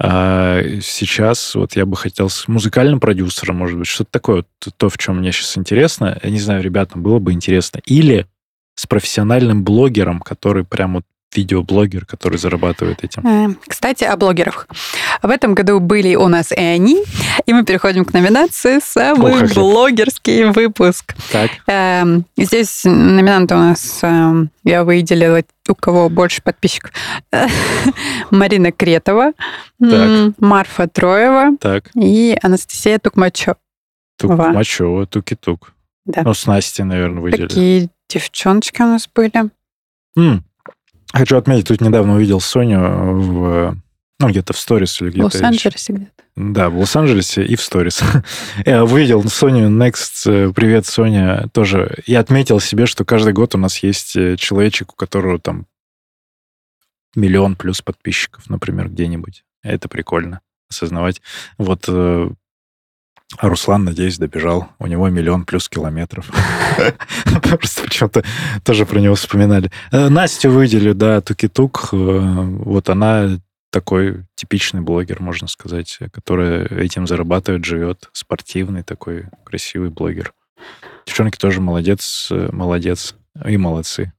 А сейчас вот я бы хотел с музыкальным продюсером, может быть, что-то такое, вот, то, в чем мне сейчас интересно. Я не знаю, ребятам было бы интересно. Или с профессиональным блогером, который прям вот видеоблогер, который зарабатывает этим. Кстати, о блогерах. В этом году были у нас и они, и мы переходим к номинации «Самый Ох, блогерский выпуск». Так. Здесь номинанты у нас, я выделила, у кого больше подписчиков. Марина Кретова, так. Марфа Троева так. и Анастасия Тукмачева. Тукмачева, Туки-Тук. Да. Ну, с Настей, наверное, выделили. Такие девчоночки у нас были. М. Хочу отметить, тут недавно увидел Соню в, ну, где-то в сторис или где-то. В Лос-Анджелесе где-то. Да, в Лос-Анджелесе и в сторис. Я увидел Соню Next. Привет, Соня. Тоже я отметил себе, что каждый год у нас есть человечек, у которого там миллион плюс подписчиков, например, где-нибудь. Это прикольно осознавать. Вот А Руслан, надеюсь, добежал. У него миллион плюс километров. Просто почему-то тоже про него вспоминали. Настю выделю, да, Туки-Тук. Вот она такой типичный блогер, можно сказать, который этим зарабатывает, живет. Спортивный такой красивый блогер. Девчонки тоже молодец, молодец и молодцы.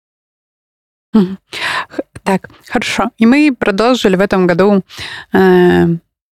Так, хорошо. И мы продолжили в этом году э,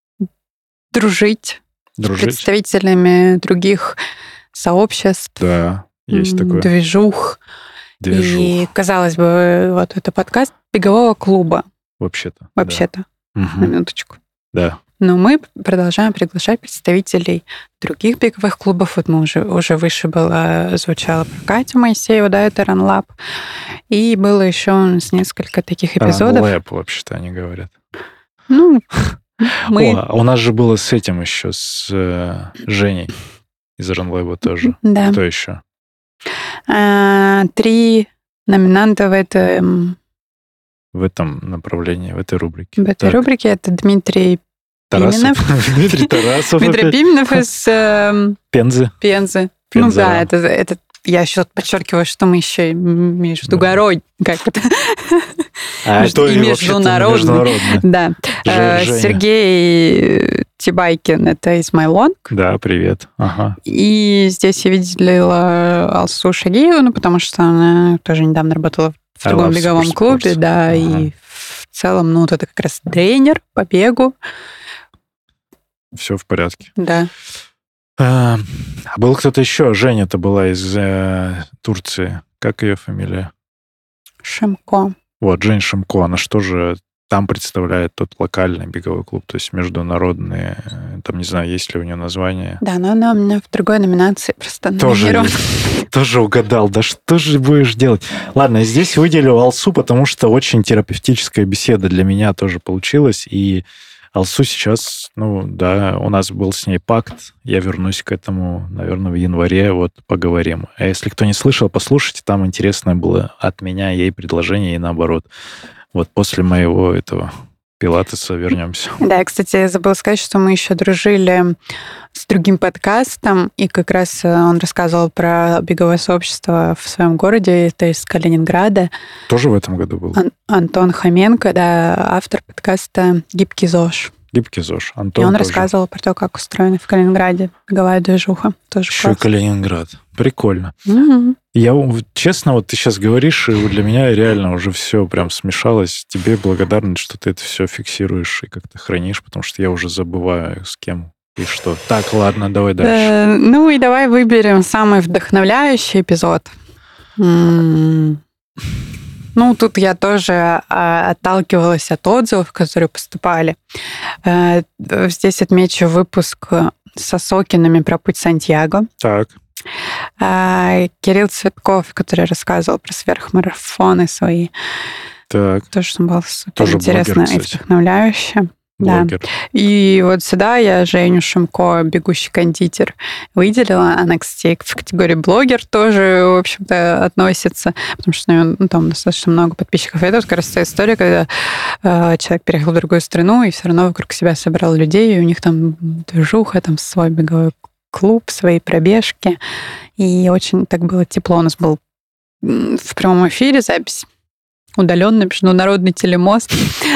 дружить. Дружить. С представителями других сообществ, да, есть такое. Движух. Движух. И, казалось бы, вот это подкаст бегового клуба. Вообще-то. Вообще-то. Да. На минуточку. Да. Но мы продолжаем приглашать представителей других беговых клубов. Вот мы уже, уже выше было, звучало про Катю Моисееву, да, это RunLab. И было еще у нас несколько таких эпизодов. RunLab, вообще-то они говорят. Ну... Мы... О, у нас же было с этим еще, с э, Женей из RunLab тоже. Да. Кто еще? А, три номинанта в этом... В этом направлении, в этой рубрике. В этой так. рубрике это Дмитрий Тарасов. Пименов. Дмитрий Тарасов. Дмитрий Пименов из Пензы. Пензы. Ну да, это, это я еще подчеркиваю, что мы еще междугородние, как это? А Между, это и международный. Да. Женя. Сергей Тибайкин, это из Майлонг. Да, привет. Ага. И здесь я видела Алсу Шагиеву, ну, потому что она тоже недавно работала в другом беговом клубе, да, ага. И в целом, ну, вот это как раз тренер по бегу. Все в порядке. Да. А, был кто-то еще. Женя-то была из э, Турции. Как ее фамилия? Шимко. Вот, Жень Шимко. Она что же там представляет тот локальный беговой клуб, то есть международные. Там, не знаю, есть ли у нее название. Да, но она у меня в другой номинации просто тоже, тоже угадал. Да что же будешь делать? Ладно, здесь выделил Алсу, потому что очень терапевтическая беседа для меня тоже получилась. И Алсу сейчас, ну да, у нас был с ней пакт. Я вернусь к этому, наверное, в январе, вот поговорим. А если кто не слышал, послушайте, там интересное было от меня ей предложение и наоборот. Вот после моего этого пилатеса вернемся. Да, кстати, я забыла сказать, что мы еще дружили с другим подкастом, и как раз он рассказывал про беговое сообщество в своем городе, это из Калининграда. Тоже в этом году был? Ан- Антон Хоменко, да, автор подкаста «Гибкий ЗОЖ». Гибкий ЗОЖ. Антон и он тоже. Рассказывал про то, как устроена в Калининграде беговая движуха. Тоже Еще и Калининград. Прикольно. Угу. Я, честно, вот ты сейчас говоришь, и для меня реально уже все прям смешалось. Тебе благодарен, что ты это все фиксируешь и как-то хранишь, потому что я уже забываю, с кем и что. Так, ладно, давай дальше. Э, ну и давай выберем самый вдохновляющий эпизод. М-м- Ну, тут я тоже а, отталкивалась от отзывов, которые поступали. А, здесь отмечу выпуск со Сокинами про путь Сантьяго. Так. А, Кирилл Цветков, который рассказывал про сверхмарафоны свои. Так. Тоже было супер интересно и вдохновляюще. Блогер. Да. И вот сюда я Женю Шимко, бегущий кондитер, выделила. Она, кстати, в категории блогер тоже, в общем-то, относится, потому что у нее ну, там достаточно много подписчиков. И это вот как раз та история, когда э, человек переехал в другую страну и все равно вокруг себя собрал людей, и у них там движуха, там свой беговой клуб, свои пробежки. И очень так было тепло. У нас был в прямом эфире запись. удаленный международный телемост.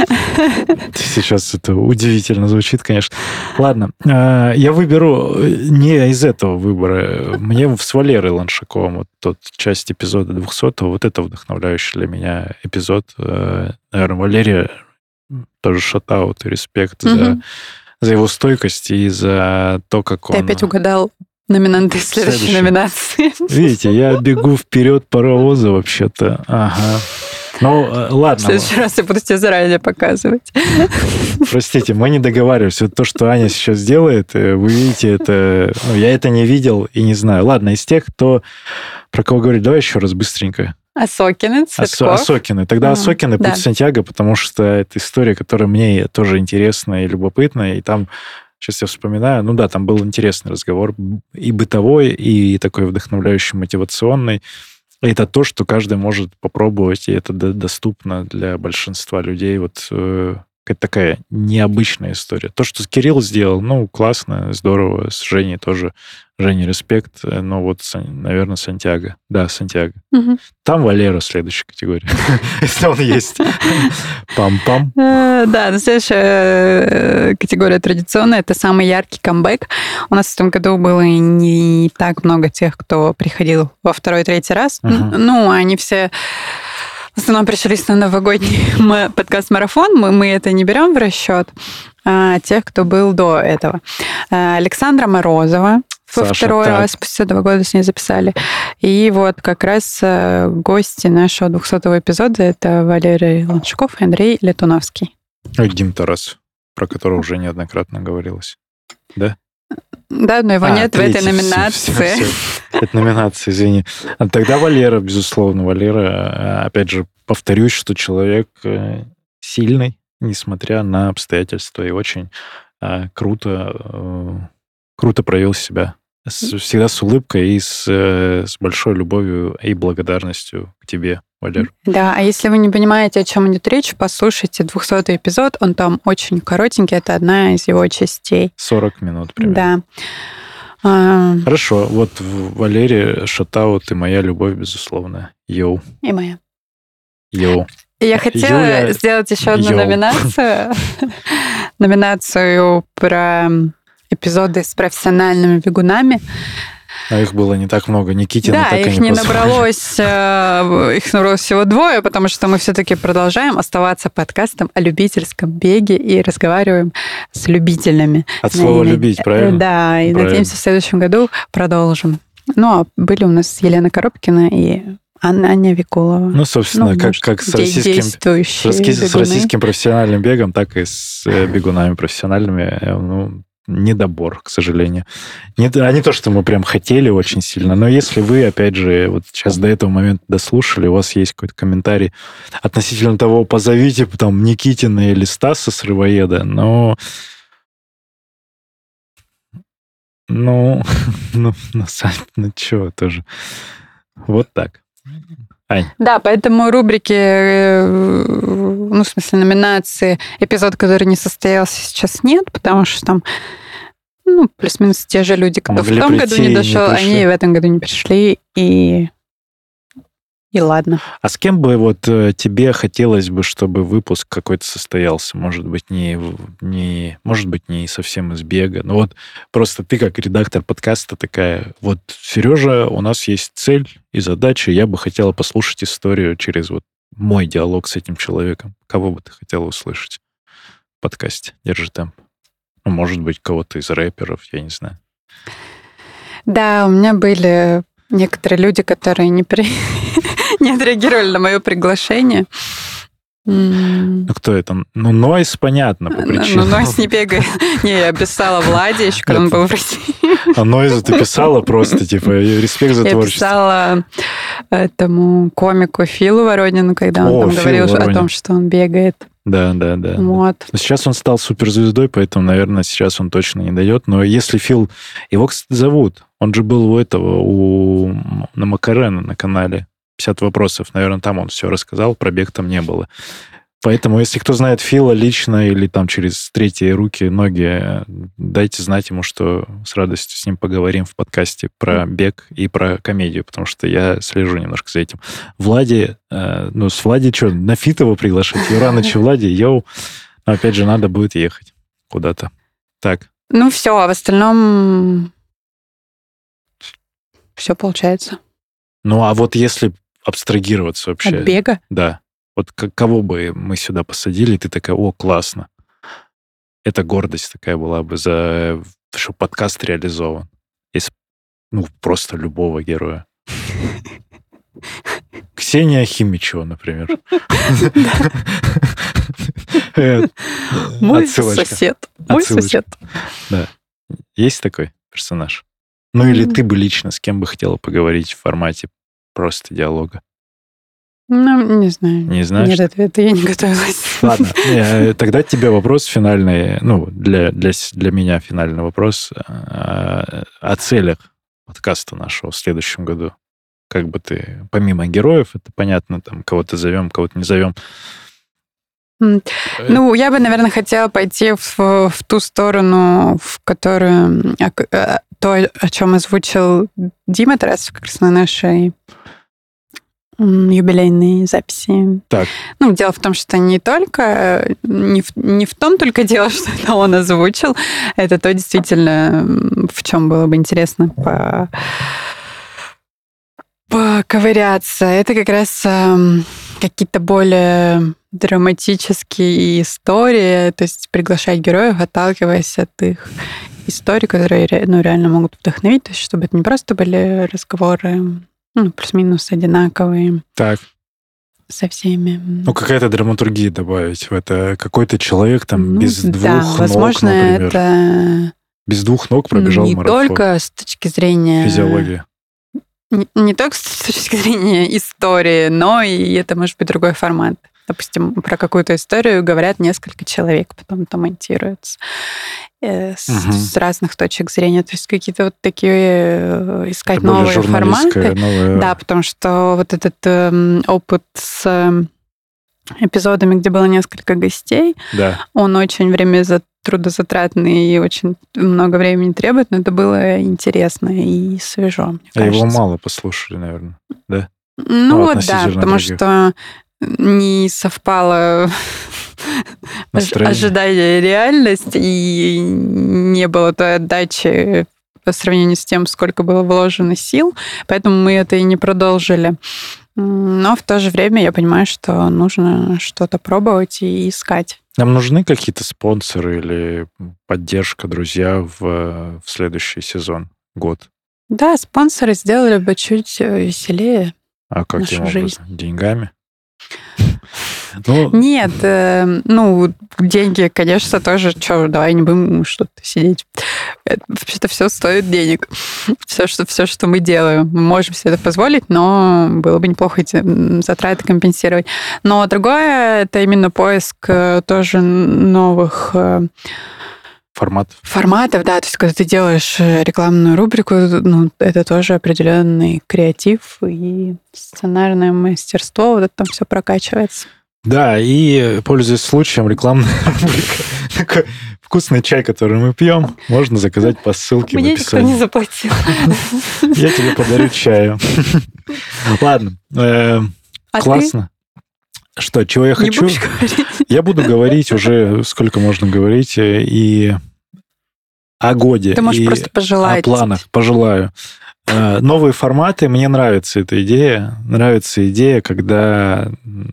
Сейчас это удивительно звучит, конечно. Ладно, я выберу не из этого выбора. Мне с Валерой Ланшаковым, вот тот часть эпизода двухсотого, вот это вдохновляющий для меня эпизод. Наверное, Валерия тоже шатаут и респект угу. за, за его стойкость и за то, как он... Ты опять угадал номинанты следующей Следующий. номинации. Видите, я бегу вперед паровоза вообще-то. Ага. Ну, ладно. В следующий раз я буду тебе заранее показывать. Простите, мы не договаривались. Вот то, что Аня сейчас делает, вы видите, это... Ну, я это не видел и не знаю. Ладно, из тех, кто... Про кого говорить, давай еще раз быстренько. Осокины, Цветков. Ос- Осокины. Тогда а, Осокины, Путь да. Сантьяго, потому что это история, которая мне тоже интересна и любопытна. И там, сейчас я вспоминаю, ну да, там был интересный разговор и бытовой, и такой вдохновляющий, мотивационный. И это то, что каждый может попробовать, и это доступно для большинства людей. Вот э, какая-то такая необычная история. То, что Кирилл сделал, ну, классно, здорово. С Женей тоже. Жене респект. Но вот, наверное, Сантьяго. Да, Сантьяго. Угу. Там Валера следующая категория. Если он есть. Пам-пам. Да, следующая категория традиционная. Это самый яркий камбэк. У нас в этом году было не так много тех, кто приходил во второй, третий раз. Ну, они все... В основном пришлись на новогодний подкаст-марафон. Мы, мы это не берем в расчет. А тех, кто был до этого. Александра Морозова. Во Саша, второй так. раз спустя два года с ней записали. И вот как раз гости нашего двухсотого эпизода это Валерий Ланшаков и Андрей Летуновский. Дим Тарас, про которого уже неоднократно говорилось. Да? Да, но его а, нет третий, в этой номинации. Все, все, все. Это номинация, извини. А тогда Валера, безусловно, Валера. Опять же, повторюсь, что человек сильный, несмотря на обстоятельства, и очень круто, круто проявил себя. Всегда с улыбкой и с, с большой любовью и благодарностью к тебе, Валер. Да, а если вы не понимаете, о чем идет речь, послушайте двухсотый эпизод, он там очень коротенький, это одна из его частей. сорок минут примерно. Да. Хорошо, вот Валерия шатаут и моя любовь, безусловно. Йоу. И моя. Йоу. Я хотела Юля... сделать еще одну Йоу. номинацию. Номинацию про... эпизоды с профессиональными бегунами. А их было не так много. Никитина да, так и не их не набралось, их набралось всего двое, потому что мы все-таки продолжаем оставаться подкастом о любительском беге и разговариваем с любителями. От слова и, «любить», правильно? Да, и правильно. Надеемся, в следующем году продолжим. Ну, а были у нас Елена Коробкина и Анна, Аня Викулова. Ну, собственно, ну, как, как с, российским, с, с российским профессиональным бегом, так и с бегунами профессиональными. Ну, недобор, к сожалению. Не, а не то, что мы прям хотели очень сильно, но если вы, опять же, вот сейчас до этого момента дослушали, у вас есть какой-то комментарий относительно того, позовите там Никитина или Стаса Срывоеда, но... Ну, ну, ну, ну, чего тоже. Вот так. Ань. Да, поэтому рубрики, ну, в смысле, номинации, эпизод, который не состоялся, сейчас нет, потому что там, ну, плюс-минус те же люди, кто Могли в том году не дошел, не они в этом году не пришли, и... И ладно. А с кем бы вот тебе хотелось бы, чтобы выпуск какой-то состоялся? Может быть, не, не, может быть, не совсем из бега. Но вот просто ты как редактор подкаста такая, вот, Сережа, у нас есть цель и задача, я бы хотела послушать историю через вот мой диалог с этим человеком. Кого бы ты хотела услышать в подкасте? Держи темп. Ну, может быть, кого-то из рэперов, я не знаю. Да, у меня были некоторые люди, которые не при... не отреагировали на мое приглашение. Ну, кто это? Ну, Нойс, понятно, по причинам. Ну, Нойс не бегает. Не, я писала Владе еще, когда он был в России. А Нойзу ты писала просто, типа, респект за творчество. Я писала этому комику Филу Воронину, когда он там говорил о том, что он бегает. Да, да, да. Вот. Но сейчас он стал суперзвездой, поэтому, наверное, сейчас он точно не дает. Но если Фил... Его, кстати, зовут. Он же был у этого, у... на Макарена на канале. пятьдесят вопросов. Наверное, там он все рассказал, про бег там не было. Поэтому, если кто знает Фила лично или там через третьи руки, ноги, дайте знать ему, что с радостью с ним поговорим в подкасте про бег и про комедию, потому что я слежу немножко за этим. Влади, э, ну, с Влади что, на фит его приглашать? Юраныч и Влади, йоу. Но опять же, надо будет ехать куда-то. Так. Ну, все, а в остальном все получается. Ну, а вот если абстрагироваться вообще... От бега? Да. Вот кого бы мы сюда посадили, и ты такая, о, классно. Это гордость такая была бы за... что подкаст реализован. Если, ну, просто любого героя. Ксения Химичева, например. Мой сосед. Мой сосед. Да. Есть такой персонаж? Ну, или ты бы лично с кем бы хотела поговорить в формате просто диалога? Ну, не знаю. Не знаешь? Нет ответа, я не готовилась. Ладно, тогда тебе вопрос финальный, ну, для, для, для меня финальный вопрос о целях подкаста нашего в следующем году. Как бы ты, помимо героев, это понятно, там, кого-то зовем, кого-то не зовем. Ну, я бы, наверное, хотела пойти в, в ту сторону, в которую... То, о чем озвучил Дима Тарасов, как раз на нашей юбилейные записи. Так. Ну, дело в том, что не только... Не в, не в том только дело, что это он озвучил. Это то, действительно, в чем было бы интересно по... поковыряться. Это как раз э, какие-то более драматические истории, то есть приглашать героев, отталкиваясь от их историй, которые ну, реально могут вдохновить, то есть чтобы это не просто были разговоры ну, плюс-минус одинаковые. Так. Со всеми. Ну, какая-то драматургия добавить в это. Какой-то человек там ну, без двух да, ног, возможно, например. это... Без двух ног пробежал не марафон. Не только с точки зрения... Физиологии. Не, не только с точки зрения истории, но и это может быть другой формат. Допустим, про какую-то историю говорят несколько человек, потом это монтируется э, с, угу. с разных точек зрения. То есть какие-то вот такие э, искать это новые форматы. Новая... Да, потому что вот этот э, опыт с э, эпизодами, где было несколько гостей, да. он очень время за трудозатратный и очень много времени требует, но это было интересно и свежо, мне а кажется. Его мало послушали, наверное, да? Ну, ну вот да, потому других. Что не совпало ожидание и реальность, и не было той отдачи по сравнению с тем, сколько было вложено сил, поэтому мы это и не продолжили. Но в то же время я понимаю, что нужно что-то пробовать и искать. Нам нужны какие-то спонсоры или поддержка, друзья в, в следующий сезон, год? Да, спонсоры сделали бы чуть веселее а каким нашу образом? жизнь. Деньгами? Ну... Нет, э, ну, деньги, конечно, тоже, что, давай не будем что-то сидеть. Это, вообще-то все стоит денег. Все что, все, что мы делаем. Мы можем себе это позволить, но было бы неплохо эти затраты компенсировать. Но другое, это именно поиск тоже новых... Форматов. Форматов, да. То есть, когда ты делаешь рекламную рубрику, ну, это тоже определенный креатив и сценарное мастерство. Вот это там все прокачивается. Да, и, пользуясь случаем, рекламная рубрика. Такой вкусный чай, который мы пьем, можно заказать по ссылке Мне в описании. Мне никто не заплатил. Я тебе подарю чаю. Ладно. Классно. Что, чего я хочу? Я буду говорить уже, сколько можно говорить, и о годе. Ты можешь и просто пожелать. О планах. Пожелаю. Новые форматы. Мне нравится эта идея. Нравится идея, когда...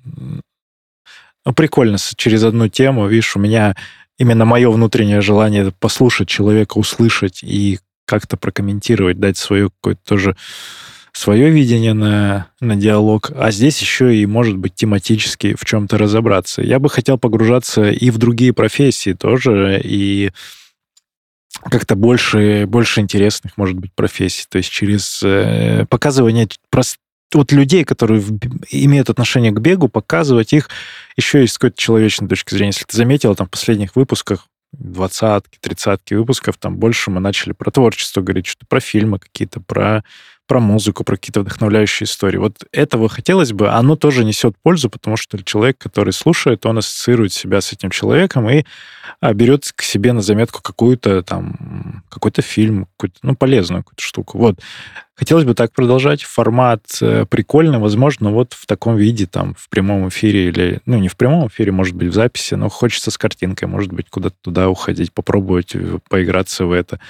Ну, прикольно, через одну тему, видишь, у меня именно мое внутреннее желание послушать человека, услышать и как-то прокомментировать, дать свое какое-то тоже... свое видение на, на диалог, а здесь еще и, может быть, тематически в чем-то разобраться. Я бы хотел погружаться и в другие профессии тоже, и как-то больше, больше интересных, может быть, профессий. То есть через э, показывание прост... вот людей, которые в... имеют отношение к бегу, показывать их еще и с какой-то человечной точки зрения. Если ты заметила, там в последних выпусках, двадцатки, тридцатки выпусков, там больше мы начали про творчество говорить, что про фильмы какие-то, про про музыку, про какие-то вдохновляющие истории. Вот этого хотелось бы. Оно тоже несет пользу, потому что человек, который слушает, он ассоциирует себя с этим человеком и берет к себе на заметку какую-то там, какой-то фильм, какую-то, ну, полезную какую-то штуку. Вот. Хотелось бы так продолжать. Формат прикольный, возможно, вот в таком виде, там, в прямом эфире или, ну, не в прямом эфире, может быть, в записи, но хочется с картинкой, может быть, куда-то туда уходить, попробовать поиграться в это.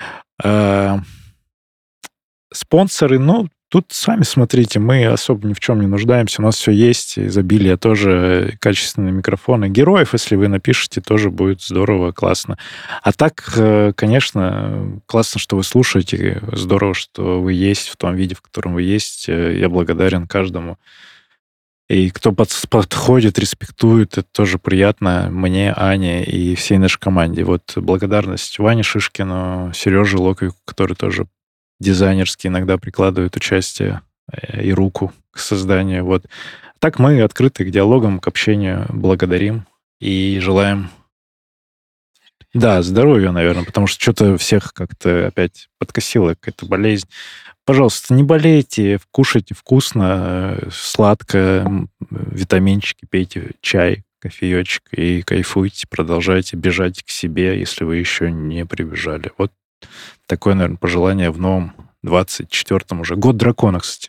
Спонсоры, ну, тут сами смотрите, мы особо ни в чем не нуждаемся, у нас все есть, изобилие тоже, качественные микрофоны. Героев, если вы напишете, тоже будет здорово, классно. А так, конечно, классно, что вы слушаете, здорово, что вы есть в том виде, в котором вы есть. Я благодарен каждому. И кто подходит, респектует, это тоже приятно мне, Ане и всей нашей команде. Вот благодарность Ване Шишкину, Сереже Локовику, который тоже дизайнерски иногда прикладывают участие и руку к созданию. Вот. Так мы открыты к диалогам, к общению, благодарим и желаем, да, здоровья, наверное, потому что что-то всех как-то опять подкосило, какая-то болезнь. Пожалуйста, не болейте, кушайте вкусно, сладко, витаминчики, пейте чай, кофеечек и кайфуйте, продолжайте, бежать к себе, если вы еще не прибежали. Вот такое, наверное, пожелание в новом двадцать четвёртом уже. Год дракона, кстати.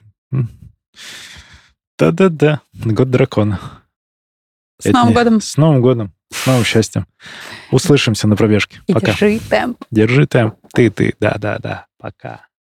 Да-да-да, год дракона. С Это Новым не... годом. С Новым годом, с новым счастьем. Услышимся на пробежке. И Пока. Держи темп. Держи темп. Ты, ты, да-да-да. Пока.